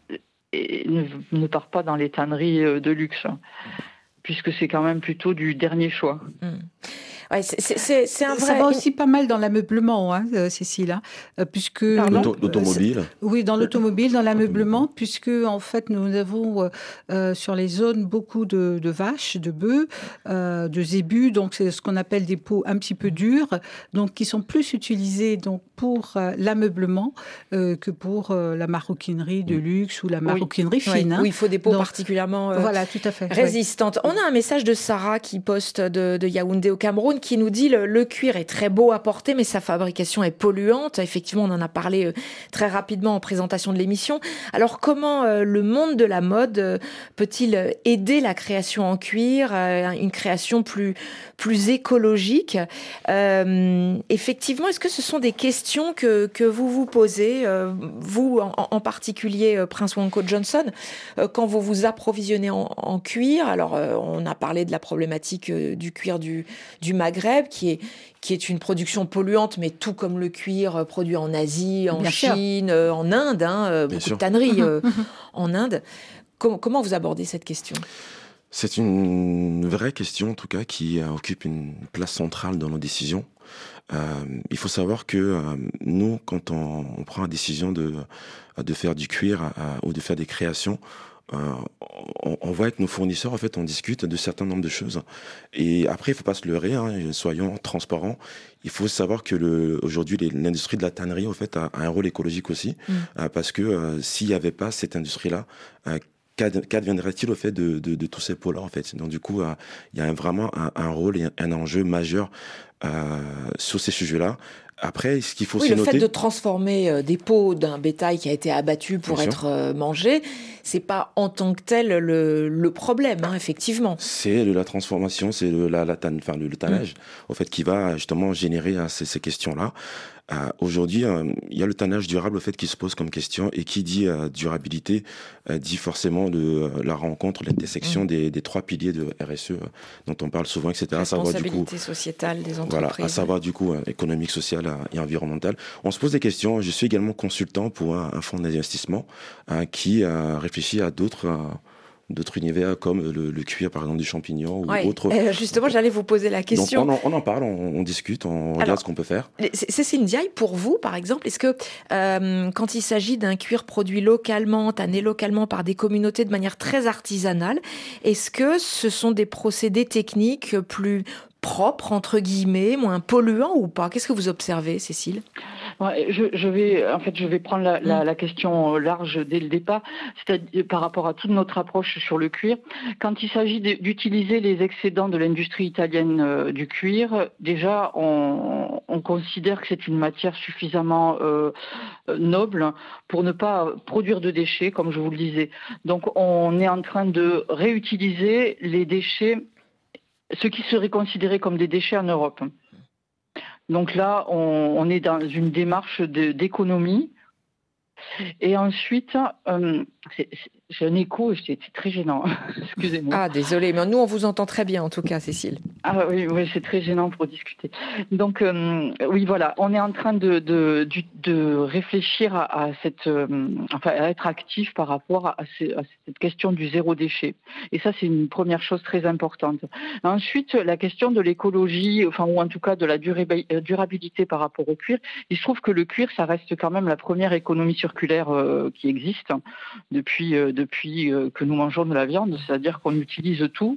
Speaker 6: et, ne, ne part pas dans les tanneries de luxe, puisque c'est quand même plutôt du dernier choix.
Speaker 3: Mmh. Ouais, c'est, c'est, c'est un vrai...
Speaker 4: Ça va aussi pas mal dans l'ameublement, hein, Cécile, hein, puisque...
Speaker 5: L'auto, l'automobile.
Speaker 4: Euh, oui, dans l'automobile, dans l'ameublement, puisque en fait nous avons euh, sur les zones beaucoup de, de vaches, de bœufs, euh, de zébus, donc c'est ce qu'on appelle des peaux un petit peu dures, donc qui sont plus utilisées donc pour euh, l'ameublement euh, que pour euh, la maroquinerie de luxe ou la maroquinerie
Speaker 3: oui.
Speaker 4: fine.
Speaker 3: Oui,
Speaker 4: hein.
Speaker 3: où il faut des peaux
Speaker 4: donc,
Speaker 3: particulièrement euh,
Speaker 4: voilà, tout à fait,
Speaker 3: résistantes.
Speaker 4: Oui.
Speaker 3: On a un message de Sarah qui poste de, de Yaoundé au Cameroun qui nous dit le, le cuir est très beau à porter, mais sa fabrication est polluante. Effectivement, on en a parlé euh, très rapidement en présentation de l'émission. Alors, comment euh, le monde de la mode euh, peut-il aider la création en cuir, euh, une création plus, plus écologique ? euh, Effectivement, est-ce que ce sont des questions que, que vous vous posez, euh, vous en, en particulier, euh, Prince Wanko Johnson, euh, quand vous vous approvisionnez en, en cuir ? Alors, euh, on a parlé de la problématique euh, du cuir du, du Maghreb, qui est, qui est une production polluante, mais tout comme le cuir euh, produit en Asie, en Bien Chine, euh, en Inde, hein, euh, beaucoup sûr. de tanneries euh, en Inde. Com- comment vous abordez cette question ?
Speaker 5: C'est une vraie question, en tout cas, qui euh, occupe une place centrale dans nos décisions. Euh, il faut savoir que euh, nous, quand on, on prend la décision de, de faire du cuir euh, ou de faire des créations, Euh, on, on voit avec nos fournisseurs, en fait, on discute de certains nombres de choses. Et après, il faut pas se leurrer, hein, soyons transparents. Il faut savoir que le, aujourd'hui, les, l'industrie de la tannerie, en fait, a, a un rôle écologique aussi, mmh. euh, parce que euh, s'il y avait pas cette industrie-là, euh, qu'adviendrait-il au fait de, de, de tous ces pots-là, en fait. Donc, du coup, euh, il y a un, vraiment un, un rôle et un, un enjeu majeur euh, sur ces sujets-là. Après, ce qu'il faut
Speaker 3: oui,
Speaker 5: aussi
Speaker 3: le
Speaker 5: noter...
Speaker 3: fait de transformer euh, des peaux d'un bétail qui a été abattu pour Bien être euh, mangé, c'est pas en tant que tel le, le problème, hein, effectivement.
Speaker 5: C'est de la transformation, c'est le, la, la tan, enfin, le, le tannage, mmh. au fait, qui va justement générer hein, ces, ces questions-là. Euh, aujourd'hui, euh, il y a le tannage durable, au fait, qui se pose comme question, et qui dit euh, durabilité, euh, dit forcément de euh, la rencontre, l'intersection mmh. des, des trois piliers de R S E euh, dont on parle souvent, et cetera.
Speaker 3: Responsabilité
Speaker 5: à savoir, du coup,
Speaker 3: sociétale des entreprises.
Speaker 5: Voilà, à savoir du coup euh, économique, sociale et environnementale. On se pose des questions. Je suis également consultant pour un, un fonds d'investissement euh, qui euh, réfléchit à d'autres. Euh, d'autres univers comme le, le cuir par exemple du champignon ou
Speaker 3: ouais.
Speaker 5: autre.
Speaker 3: Euh, justement, j'allais vous poser la question.
Speaker 5: Donc, on, en, on en parle, on, on discute, on regarde Alors, ce qu'on peut faire.
Speaker 3: Cécile Ndiaye, pour vous, par exemple, est-ce que euh, quand il s'agit d'un cuir produit localement, tanné localement par des communautés de manière très artisanale, est-ce que ce sont des procédés techniques plus propre, entre guillemets, moins polluant ou pas? Qu'est-ce que vous observez, Cécile?
Speaker 6: Ouais, je, je vais, en fait, je vais prendre la, la, la question large dès le départ, c'est-à-dire par rapport à toute notre approche sur le cuir. Quand il s'agit de, d'utiliser les excédents de l'industrie italienne euh, du cuir, déjà, on, on considère que c'est une matière suffisamment euh, noble pour ne pas produire de déchets, comme je vous le disais. Donc, on est en train de réutiliser les déchets, ce qui serait considéré comme des déchets en Europe. Donc là, on, on est dans une démarche de, d'économie. Et ensuite, euh, c'est, c'est, j'ai un écho, c'est, c'est très gênant. Excusez-moi.
Speaker 3: Ah, désolé, mais nous, on vous entend très bien, en tout cas, Cécile.
Speaker 6: Ah oui, oui, c'est très gênant pour discuter. Donc, euh, oui, voilà, on est en train de, de, de, de réfléchir à, à cette, euh, enfin, à être actif par rapport à, ces, à cette question du zéro déchet. Et ça, c'est une première chose très importante. Ensuite, la question de l'écologie, enfin, ou en tout cas de la durabilité par rapport au cuir. Il se trouve que le cuir, ça reste quand même la première économie circulaire euh, qui existe depuis, euh, depuis euh, que nous mangeons de la viande, c'est-à-dire qu'on utilise tout.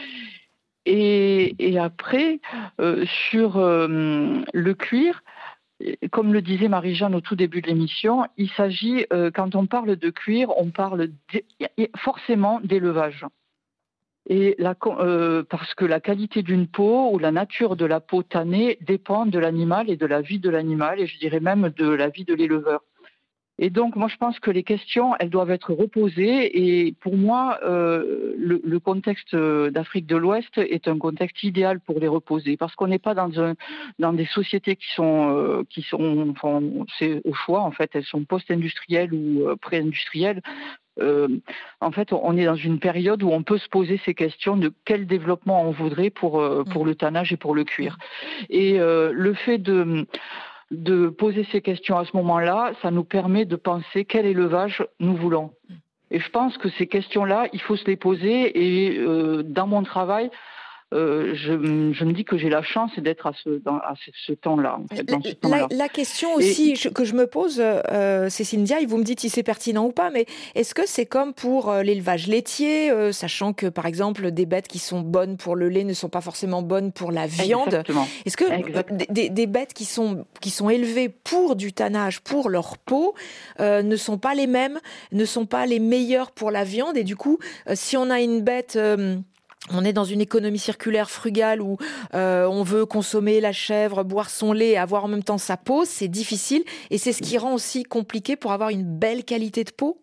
Speaker 6: Et, et après, euh, sur euh, le cuir, comme le disait Marie-Jeanne au tout début de l'émission, il s'agit, euh, quand on parle de cuir, on parle forcément d'élevage. Et la, euh, parce que la qualité d'une peau ou la nature de la peau tannée dépend de l'animal et de la vie de l'animal, et je dirais même de la vie de l'éleveur. Et donc, moi, je pense que les questions, elles doivent être reposées. Et pour moi, euh, le, le contexte d'Afrique de l'Ouest est un contexte idéal pour les reposer, parce qu'on n'est pas dans, un, dans des sociétés qui sont, euh, qui sont, enfin, c'est au choix en fait, elles sont post-industrielles ou euh, pré-industrielles. Euh, en fait, on est dans une période où on peut se poser ces questions de quel développement on voudrait pour euh, pour le tannage et pour le cuir. Et euh, le fait de de poser ces questions à ce moment-là, ça nous permet de penser quel élevage nous voulons. Et je pense que ces questions-là, il faut se les poser. Et euh, dans mon travail, euh, je, je me dis que j'ai la chance d'être à ce, dans, à ce, ce temps-là. En fait, dans ce temps-là.
Speaker 3: La, la question aussi
Speaker 6: Et,
Speaker 3: je, que je me pose, euh, Cécile Ndiaye, vous me dites si c'est pertinent ou pas, mais est-ce que c'est comme pour euh, l'élevage laitier, euh, sachant que par exemple des bêtes qui sont bonnes pour le lait ne sont pas forcément bonnes pour la viande?
Speaker 6: Exactement.
Speaker 3: Est-ce que euh, des, des bêtes qui sont, qui sont élevées pour du tannage, pour leur peau, euh, ne sont pas les mêmes, ne sont pas les meilleures pour la viande? Et du coup, euh, si on a une bête... Euh, on est dans une économie circulaire frugale où euh, on veut consommer la chèvre, boire son lait et avoir en même temps sa peau, c'est difficile. Et c'est ce qui rend aussi compliqué pour avoir une belle qualité de peau?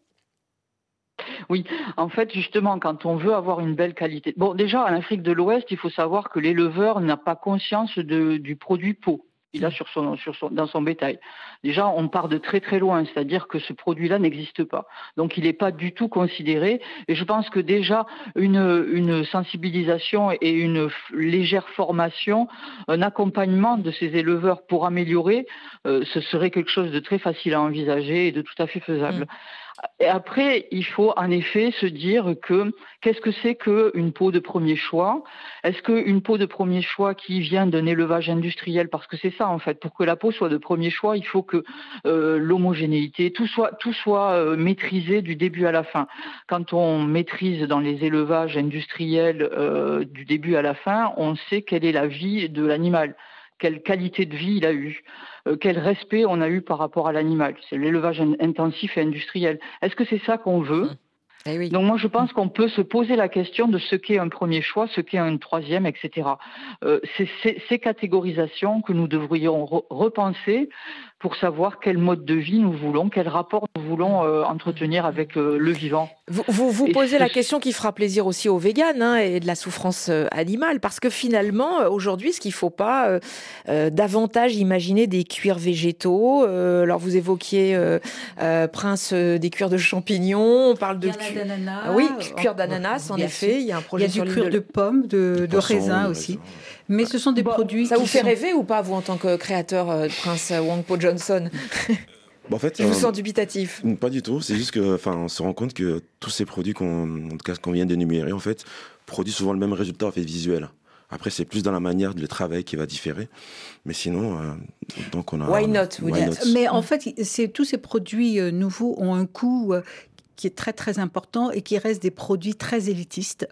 Speaker 6: Oui, en fait, justement, quand on veut avoir une belle qualité... Bon, déjà, en Afrique de l'Ouest, il faut savoir que l'éleveur n'a pas conscience de, du produit peau. Il a sur son, sur son, dans son bétail. Déjà, on part de très très loin, c'est-à-dire que ce produit-là n'existe pas. Donc, il n'est pas du tout considéré. Et je pense que déjà, une, une sensibilisation et une légère formation, un accompagnement de ces éleveurs pour améliorer, euh, ce serait quelque chose de très facile à envisager et de tout à fait faisable. Mmh. Et après, il faut en effet se dire que qu'est-ce que c'est qu'une peau de premier choix? Est-ce qu'une peau de premier choix qui vient d'un élevage industriel, parce que c'est ça en fait, pour que la peau soit de premier choix, il faut que euh, l'homogénéité, tout soit, tout soit euh, maîtrisé du début à la fin. Quand on maîtrise dans les élevages industriels euh, du début à la fin, on sait quelle est la vie de l'animal. Quelle qualité de vie il a eu, euh, quel respect on a eu par rapport à l'animal. C'est l'élevage intensif et industriel. Est-ce que c'est ça qu'on veut ?
Speaker 3: Eh oui.
Speaker 6: Donc moi je pense qu'on peut se poser la question de ce qu'est un premier choix, ce qu'est un troisième, et cetera. Euh, c'est, c'est ces catégorisations que nous devrions re- repenser pour savoir quel mode de vie nous voulons, quel rapport nous voulons euh, entretenir avec euh, le vivant.
Speaker 3: Vous vous, vous posez
Speaker 6: et
Speaker 3: la question qui fera plaisir aussi aux véganes hein, et de la souffrance euh, animale, parce que finalement, euh, aujourd'hui, ce qu'il ne faut pas euh, euh, davantage imaginer des cuirs végétaux. Euh, alors vous évoquiez euh, euh, Prince euh, des cuirs de champignons, on parle de
Speaker 4: cu... d'ananas.
Speaker 3: Ah oui, cuir d'ananas, en effet. Il y a un projet
Speaker 4: sur
Speaker 3: Il y
Speaker 4: a du cuir de, de pommes, de, de raisin aussi. Mais ce sont des
Speaker 6: bon,
Speaker 4: produits
Speaker 3: Ça
Speaker 4: qui
Speaker 3: vous fait
Speaker 4: sont...
Speaker 3: rêver ou pas, vous, en tant que créateur euh, de Prince Wangpo Johnson?
Speaker 5: Bon, en fait,
Speaker 3: Je vous
Speaker 5: euh,
Speaker 3: sens dubitatif.
Speaker 5: Pas du tout. C'est juste que, enfin, on se rend compte que tous ces produits qu'on, en tout cas, qu'on vient d'énumérer, en fait, produisent souvent le même résultat en fait visuel. Après, c'est plus dans la manière de le travail qui va différer. Mais sinon, euh, donc on a.
Speaker 3: Why not, vous
Speaker 5: why
Speaker 3: dites.
Speaker 5: not.
Speaker 4: Mais en fait, c'est, tous ces produits euh, nouveaux ont un coût euh, qui est très très important et qui restent des produits très élitistes.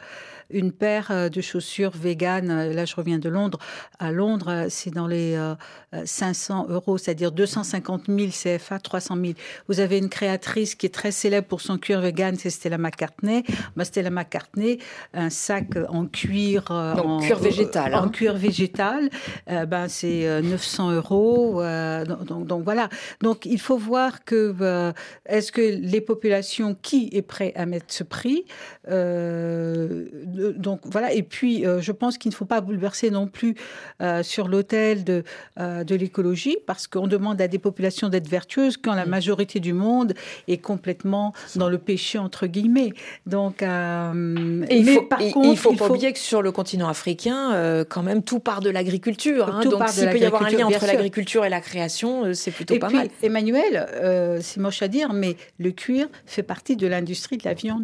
Speaker 4: une paire de chaussures véganes, là je reviens de Londres, à Londres, c'est dans les euh, cinq cents euros, c'est-à-dire deux cent cinquante mille C F A, trois cent mille. Vous avez une créatrice qui est très célèbre pour son cuir vegan, c'est Stella McCartney. Bah, Stella McCartney, un sac en cuir... Euh,
Speaker 3: donc,
Speaker 4: en
Speaker 3: cuir végétal.
Speaker 4: Euh,
Speaker 3: hein.
Speaker 4: En cuir végétal, euh, ben, c'est neuf cents euros. Euh, donc, donc, donc voilà. Donc il faut voir que euh, est-ce que les populations, qui est prêt à mettre ce prix euh, donc voilà. Et puis euh, je pense qu'il ne faut pas bouleverser non plus euh, sur l'autel de, euh, de l'écologie, parce qu'on demande à des populations d'être vertueuses quand la majorité du monde est complètement dans le péché entre guillemets. Donc euh,
Speaker 3: et il
Speaker 4: mais
Speaker 3: faut,
Speaker 4: par
Speaker 3: et,
Speaker 4: contre,
Speaker 3: il faut
Speaker 4: il
Speaker 3: pas
Speaker 4: faut...
Speaker 3: oublier que sur le continent africain, euh, quand même tout part de l'agriculture. Hein,
Speaker 4: Tout
Speaker 3: donc
Speaker 4: part de
Speaker 3: s'il peut y avoir un lien entre
Speaker 4: sûr.
Speaker 3: l'agriculture et la création, euh, c'est plutôt
Speaker 4: et
Speaker 3: pas
Speaker 4: puis,
Speaker 3: mal.
Speaker 4: Emmanuel, euh, c'est moche à dire, mais le cuir fait partie de l'industrie de la viande.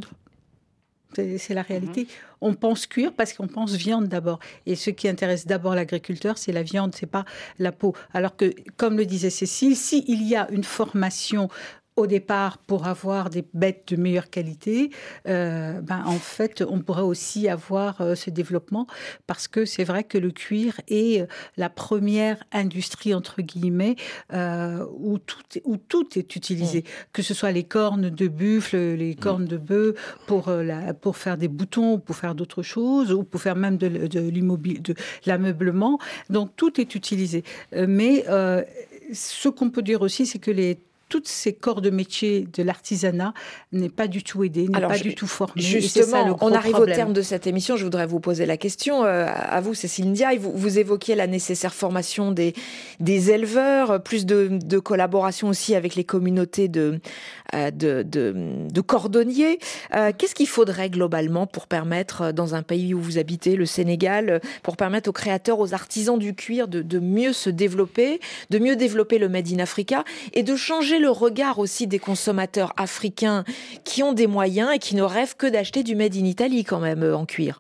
Speaker 4: C'est, c'est la réalité. Mmh. On pense cuir parce qu'on pense viande d'abord. Et ce qui intéresse d'abord l'agriculteur, c'est la viande, c'est pas la peau. Alors que, comme le disait Cécile, s'il y a une formation au départ pour avoir des bêtes de meilleure qualité, euh, ben, en fait, on pourrait aussi avoir euh, ce développement, parce que c'est vrai que le cuir est la première industrie, entre guillemets, euh, où, tout est, où tout est utilisé. Mmh. Que ce soit les cornes de buffle, les cornes mmh. de bœuf, pour, euh, la, pour faire des boutons, pour faire d'autres choses, ou pour faire même de, de, l'immobilier, de l'ameublement. Donc, tout est utilisé. Euh, mais euh, ce qu'on peut dire aussi, c'est que les toutes ces corps de métier de l'artisanat n'est pas du tout aidé, n'est
Speaker 3: Alors,
Speaker 4: pas
Speaker 3: je,
Speaker 4: du tout formé.
Speaker 3: Justement, on arrive
Speaker 4: problème.
Speaker 3: au terme de cette émission. Je voudrais vous poser la question. Euh, à vous, Cécile Ndiaye, vous, vous évoquiez la nécessaire formation des, des éleveurs, plus de, de collaboration aussi avec les communautés de, euh, de, de, de cordonniers. Euh, qu'est-ce qu'il faudrait globalement pour permettre, dans un pays où vous habitez, le Sénégal, pour permettre aux créateurs, aux artisans du cuir de, de mieux se développer, de mieux développer le Made in Africa et de changer le regard aussi des consommateurs africains qui ont des moyens et qui ne rêvent que d'acheter du Made in Italy quand même en cuir?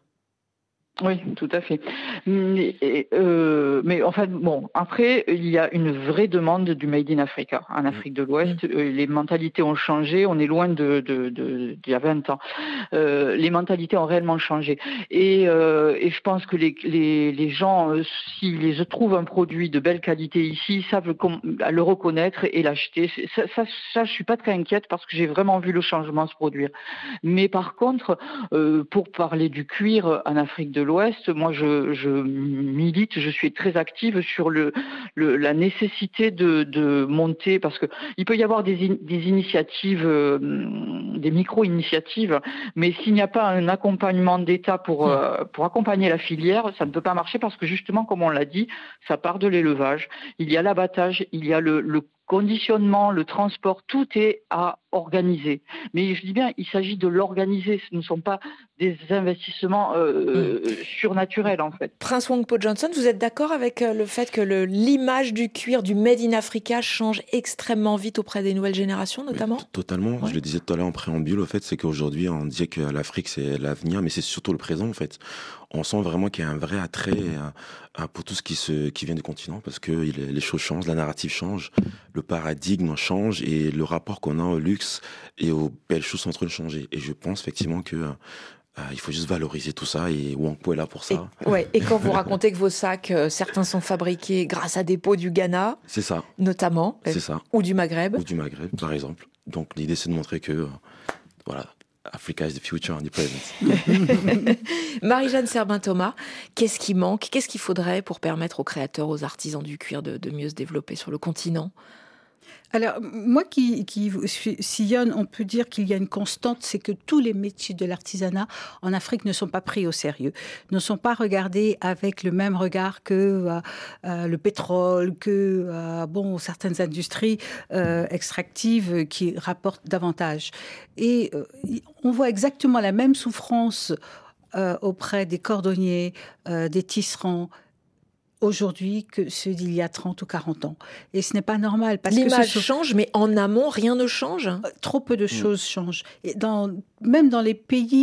Speaker 6: Oui, tout à fait. Mais, euh, mais en fait, bon, après, il y a une vraie demande du Made in Africa, en Afrique de l'Ouest. Mmh. Les mentalités ont changé, on est loin de, de, de, d'il y a vingt ans. Euh, les mentalités ont réellement changé. Et, euh, et je pense que les, les, les gens, s'ils trouvent un produit de belle qualité ici, savent le reconnaître et l'acheter. Ça, ça, ça, je suis pas très inquiète parce que j'ai vraiment vu le changement se produire. Mais par contre, euh, pour parler du cuir en Afrique de l'Ouest, moi je, je milite, je suis très active sur le, le la nécessité de, de monter, parce que il peut y avoir des, in, des initiatives, euh, des micro-initiatives, mais s'il n'y a pas un accompagnement d'État pour, euh, pour accompagner la filière, ça ne peut pas marcher, parce que justement, comme on l'a dit, ça part de l'élevage, il y a l'abattage, il y a le, le conditionnement, le transport, tout est à organiser. Mais je dis bien, il s'agit de l'organiser. Ce ne sont pas des investissements euh, mmh. surnaturels, en fait.
Speaker 3: Prince Wangpo Johnson, vous êtes d'accord avec le fait que le, l'image du cuir, du Made in Africa, change extrêmement vite auprès des nouvelles générations, notamment?
Speaker 5: Oui, totalement. Ouais. Je le disais tout à l'heure en préambule, au fait, c'est qu'aujourd'hui, on disait que l'Afrique, c'est l'avenir, mais c'est surtout le présent, en fait. On sent vraiment qu'il y a un vrai attrait à, à, pour tout ce qui, se, qui vient du continent, parce que il, les choses changent, la narrative change, le paradigme change, et le rapport qu'on a au luxe et aux belles choses sont en train de changer. Et je pense effectivement que euh, il faut juste valoriser tout ça, et Wangpo est là pour ça.
Speaker 3: Et, ouais, et quand vous racontez que vos sacs, euh, certains sont fabriqués grâce à des peaux du Ghana,
Speaker 5: c'est ça,
Speaker 3: notamment,
Speaker 5: c'est ça,
Speaker 3: ou du Maghreb,
Speaker 5: ou du Maghreb, par exemple. Donc l'idée, c'est de montrer que, euh, voilà. Africa is the future and the present.
Speaker 3: Marie-Jeanne Serbin-Thomas, qu'est-ce qui manque? Qu'est-ce qu'il faudrait pour permettre aux créateurs, aux artisans du cuir de, de mieux se développer sur le continent?
Speaker 4: Alors, moi qui, qui sillonne, on peut dire qu'il y a une constante, c'est que tous les métiers de l'artisanat en Afrique ne sont pas pris au sérieux, ne sont pas regardés avec le même regard que euh, euh, le pétrole, que euh, bon, certaines industries euh, extractives qui rapportent davantage. Et euh, on voit exactement la même souffrance euh, auprès des cordonniers, euh, des tisserands, aujourd'hui que ceux d'il y a trente ou quarante ans. Et ce n'est pas normal. Parce
Speaker 3: L'image
Speaker 4: que ce sont...
Speaker 3: change, mais en amont, rien ne change.
Speaker 4: Trop peu de choses mmh. changent. Et dans, même dans les pays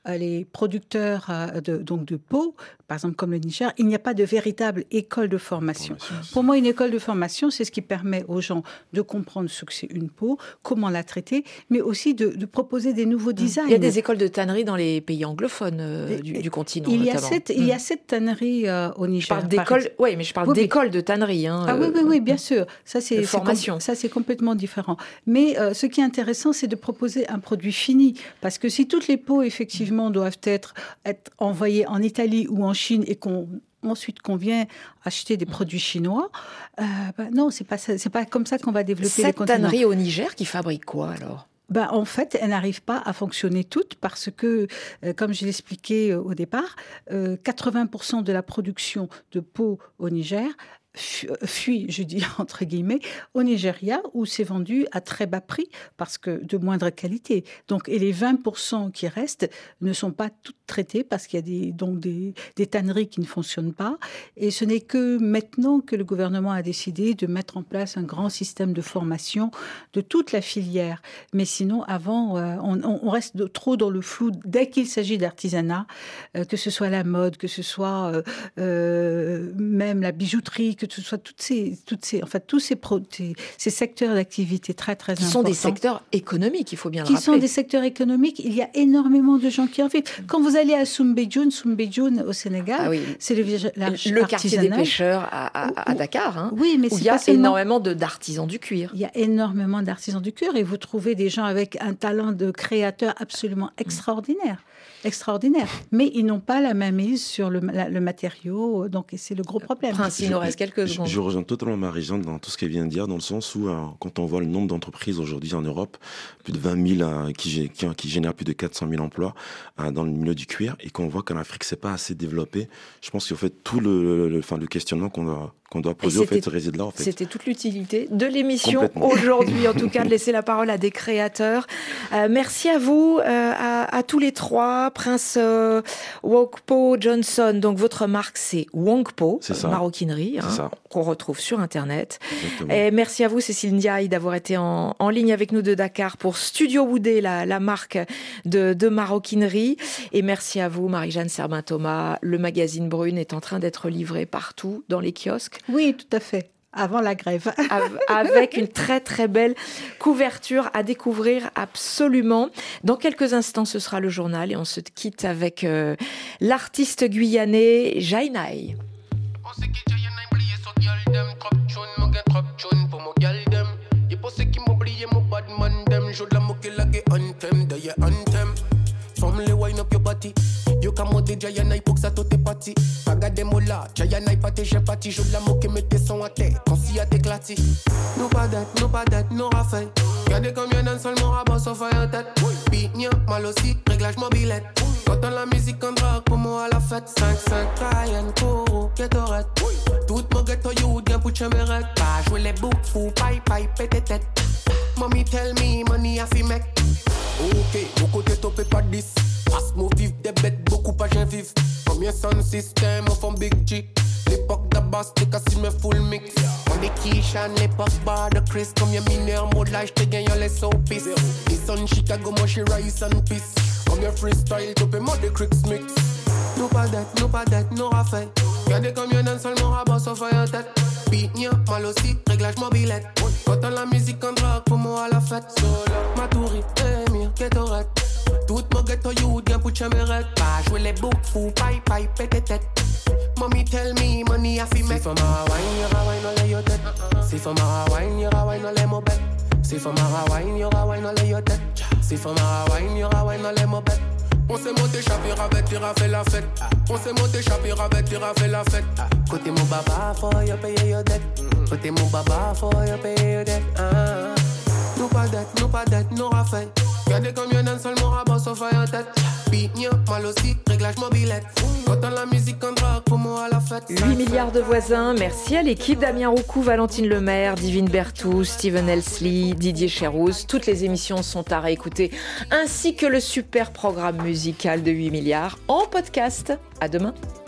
Speaker 4: euh, les producteurs euh, de, donc de peau, par exemple comme le Niger, il n'y a pas de véritable école de formation. formation. Pour moi, une école de formation, c'est ce qui permet aux gens de comprendre ce que c'est une peau, comment la traiter, mais aussi de, de proposer des nouveaux designs.
Speaker 3: Il y a des écoles de tannerie dans les pays anglophones euh, du, du continent,
Speaker 4: il y a
Speaker 3: notamment.
Speaker 4: Cette, mmh. Il y a cette tannerie euh, au Niger.
Speaker 3: Je parle d'école, oui, mais je parle oui, d'école de tannerie. Hein,
Speaker 4: ah
Speaker 3: euh,
Speaker 4: oui, oui, oui, bien sûr. Ça, c'est,
Speaker 3: de formation.
Speaker 4: C'est, ça, c'est complètement différent. Mais euh, ce qui est intéressant, c'est de proposer un produit fini. Parce que si toutes les peaux, effectivement, doivent être, être envoyées en Italie ou en Chine et qu'on ensuite qu'on vient acheter des produits chinois, euh, bah non, c'est pas ça, c'est pas comme ça qu'on va développer
Speaker 3: Cette
Speaker 4: les continents.
Speaker 3: Cette tannerie au Niger qui fabrique quoi alors ?
Speaker 4: Ben, en fait, elles n'arrivent pas à fonctionner toutes parce que, euh, comme je l'expliquais euh, au départ, euh, quatre-vingts pour cent de la production de peau au Niger fuit, je dis entre guillemets, au Nigeria où c'est vendu à très bas prix parce que de moindre qualité. Donc, et les vingt pour cent qui restent ne sont pas toutes traitées parce qu'il y a des, donc des, des tanneries qui ne fonctionnent pas. Et ce n'est que maintenant que le gouvernement a décidé de mettre en place un grand système de formation de toute la filière. Mais sinon, avant, euh, on, on reste de, trop dans le flou dès qu'il s'agit d'artisanat, euh, que ce soit la mode, que ce soit euh, euh, même la bijouterie, que ce soit toutes ces, toutes ces, enfin, tous ces, pro, ces secteurs d'activité très, très
Speaker 3: qui
Speaker 4: importants.
Speaker 3: Qui sont des secteurs économiques, il faut bien le
Speaker 4: qui
Speaker 3: rappeler.
Speaker 4: Qui sont des secteurs économiques. Il y a énormément de gens qui en vivent. Quand vous allez à Soumbédioune, Soumbédioune au Sénégal, ah oui. c'est le,
Speaker 3: le quartier des pêcheurs à, à, à Dakar, hein,
Speaker 4: oui, mais
Speaker 3: où
Speaker 4: c'est
Speaker 3: il y a
Speaker 4: seulement...
Speaker 3: énormément de, d'artisans du cuir.
Speaker 4: Il y a énormément d'artisans du cuir et vous trouvez des gens avec un talent de créateur absolument extraordinaire. Extraordinaire. Mais ils n'ont pas la main mise sur le, la, le matériau, donc c'est le gros problème.
Speaker 3: Prince, il nous reste quelques
Speaker 5: je,
Speaker 3: secondes.
Speaker 5: Je rejoins totalement Marie-Jeanne dans tout ce qu'elle vient de dire, dans le sens où, euh, quand on voit le nombre d'entreprises aujourd'hui en Europe, plus de vingt mille euh, qui, qui, qui génèrent plus de quatre cent mille emplois euh, dans le milieu du cuir, et qu'on voit qu'en Afrique, c'est pas assez développé, je pense qu'en fait, tout le, le, enfin, le questionnement qu'on doit... qu'on doit poser au fait, réside là en fait.
Speaker 3: C'était toute l'utilité de l'émission aujourd'hui, en tout cas, de laisser la parole à des créateurs. Euh, merci à vous, euh, à, à tous les trois. Prince euh, Wongpo Johnson, donc votre marque c'est Wongpo,
Speaker 5: c'est
Speaker 3: maroquinerie, hein,
Speaker 5: ça.
Speaker 3: qu'on retrouve sur Internet.
Speaker 5: Exactement.
Speaker 3: Et merci à vous, Cécile Ndiaye, d'avoir été en, en ligne avec nous de Dakar pour Studio Woodé, la, la marque de, de maroquinerie. Et merci à vous, Marie-Jeanne Serbin-Thomas. Le magazine Brune est en train d'être livré partout dans les kiosques.
Speaker 4: Oui, tout à fait. Avant la grève.
Speaker 3: Avec une très très belle couverture à découvrir absolument. Dans quelques instants, ce sera le journal et on se quitte avec euh, l'artiste guyanais Jainai.
Speaker 12: Family wine up your body. You can monter Jayanai pour que ça t'ôte parti. Regardez-moi là, Jayanai pas tes j'ai parti. Je la moque et mets tes sons à terre. Quand si y'a t'éclaté. Nous pas d'être, nous pas d'être, nous raffaire. Regardez combien d'un seul mon rabat sauf à tête. Pignon, mal aussi, réglage mobilette. Quand on la musique en drague pour moi à la fête. cinq cinq Cayenne, Koro, Ketorette. Toute mon ghetto you, bien pour chemeret. Pas jouer les boucs, fou, paille, paille, pété tête. Mommy tell me, money a fi make. Ok, beaucoup de topé pas dix. Passe mou vive des bêtes, beaucoup pas j'en vive. Combien son système, on fait big G. L'époque d'Abbas, t'es cassé me full mix. On est Kishan, l'époque bar de Chris. Combien mineurs, mode l'âge, t'es gagnant les soapies. Les son Chicago, moi j'suis Rice and Peace. Combien freestyle, topé moi des Cricks mix. Nous pas d'être, nous pas d'être, nous raffaire. Regardez combien d'un seul mon rabat sauf à tête. Pignon, mal aussi, réglage mobilette. Quand on la musique en drague, pour moi à la fête. Solo, Maturi, Emir, Ketorette. Toute mon ghetto you, bien pour chemeret. Pas jouer les boucs, fou, paille, paille, pété tête. Mommy tell me, money a fi make. Si for ma wine, y'aura wine, on lay your tête. Si for ma wine, y'aura wine, on lay mon bête. Si for ma wine, y'aura wine, on lay your tête. Si for ma wine, y'aura wine, on lay mon bête. On s'est monté, chapir avec, tira fait la fête. On s'est monté, chapir avec, tira fait la fête. Côté mon baba, faut y payer your dette. Côté mon baba, faut y payer your dette. Ah. Nous pas d'être, nous pas d'être, nous raffaire. Regardez combien d'un seul mon rabat sauf à tête. Pignon, mal aussi, réglage mobilette. Quand on la musique en drague, pour moi à la fête.
Speaker 3: huit milliards de voisins, merci à l'équipe Damien Roucou, Valentine Lemaire, Divine Berthou, Steven Elsley, Didier Chérouz. Toutes les émissions sont à réécouter, ainsi que le super programme musical de huit milliards en podcast. À demain.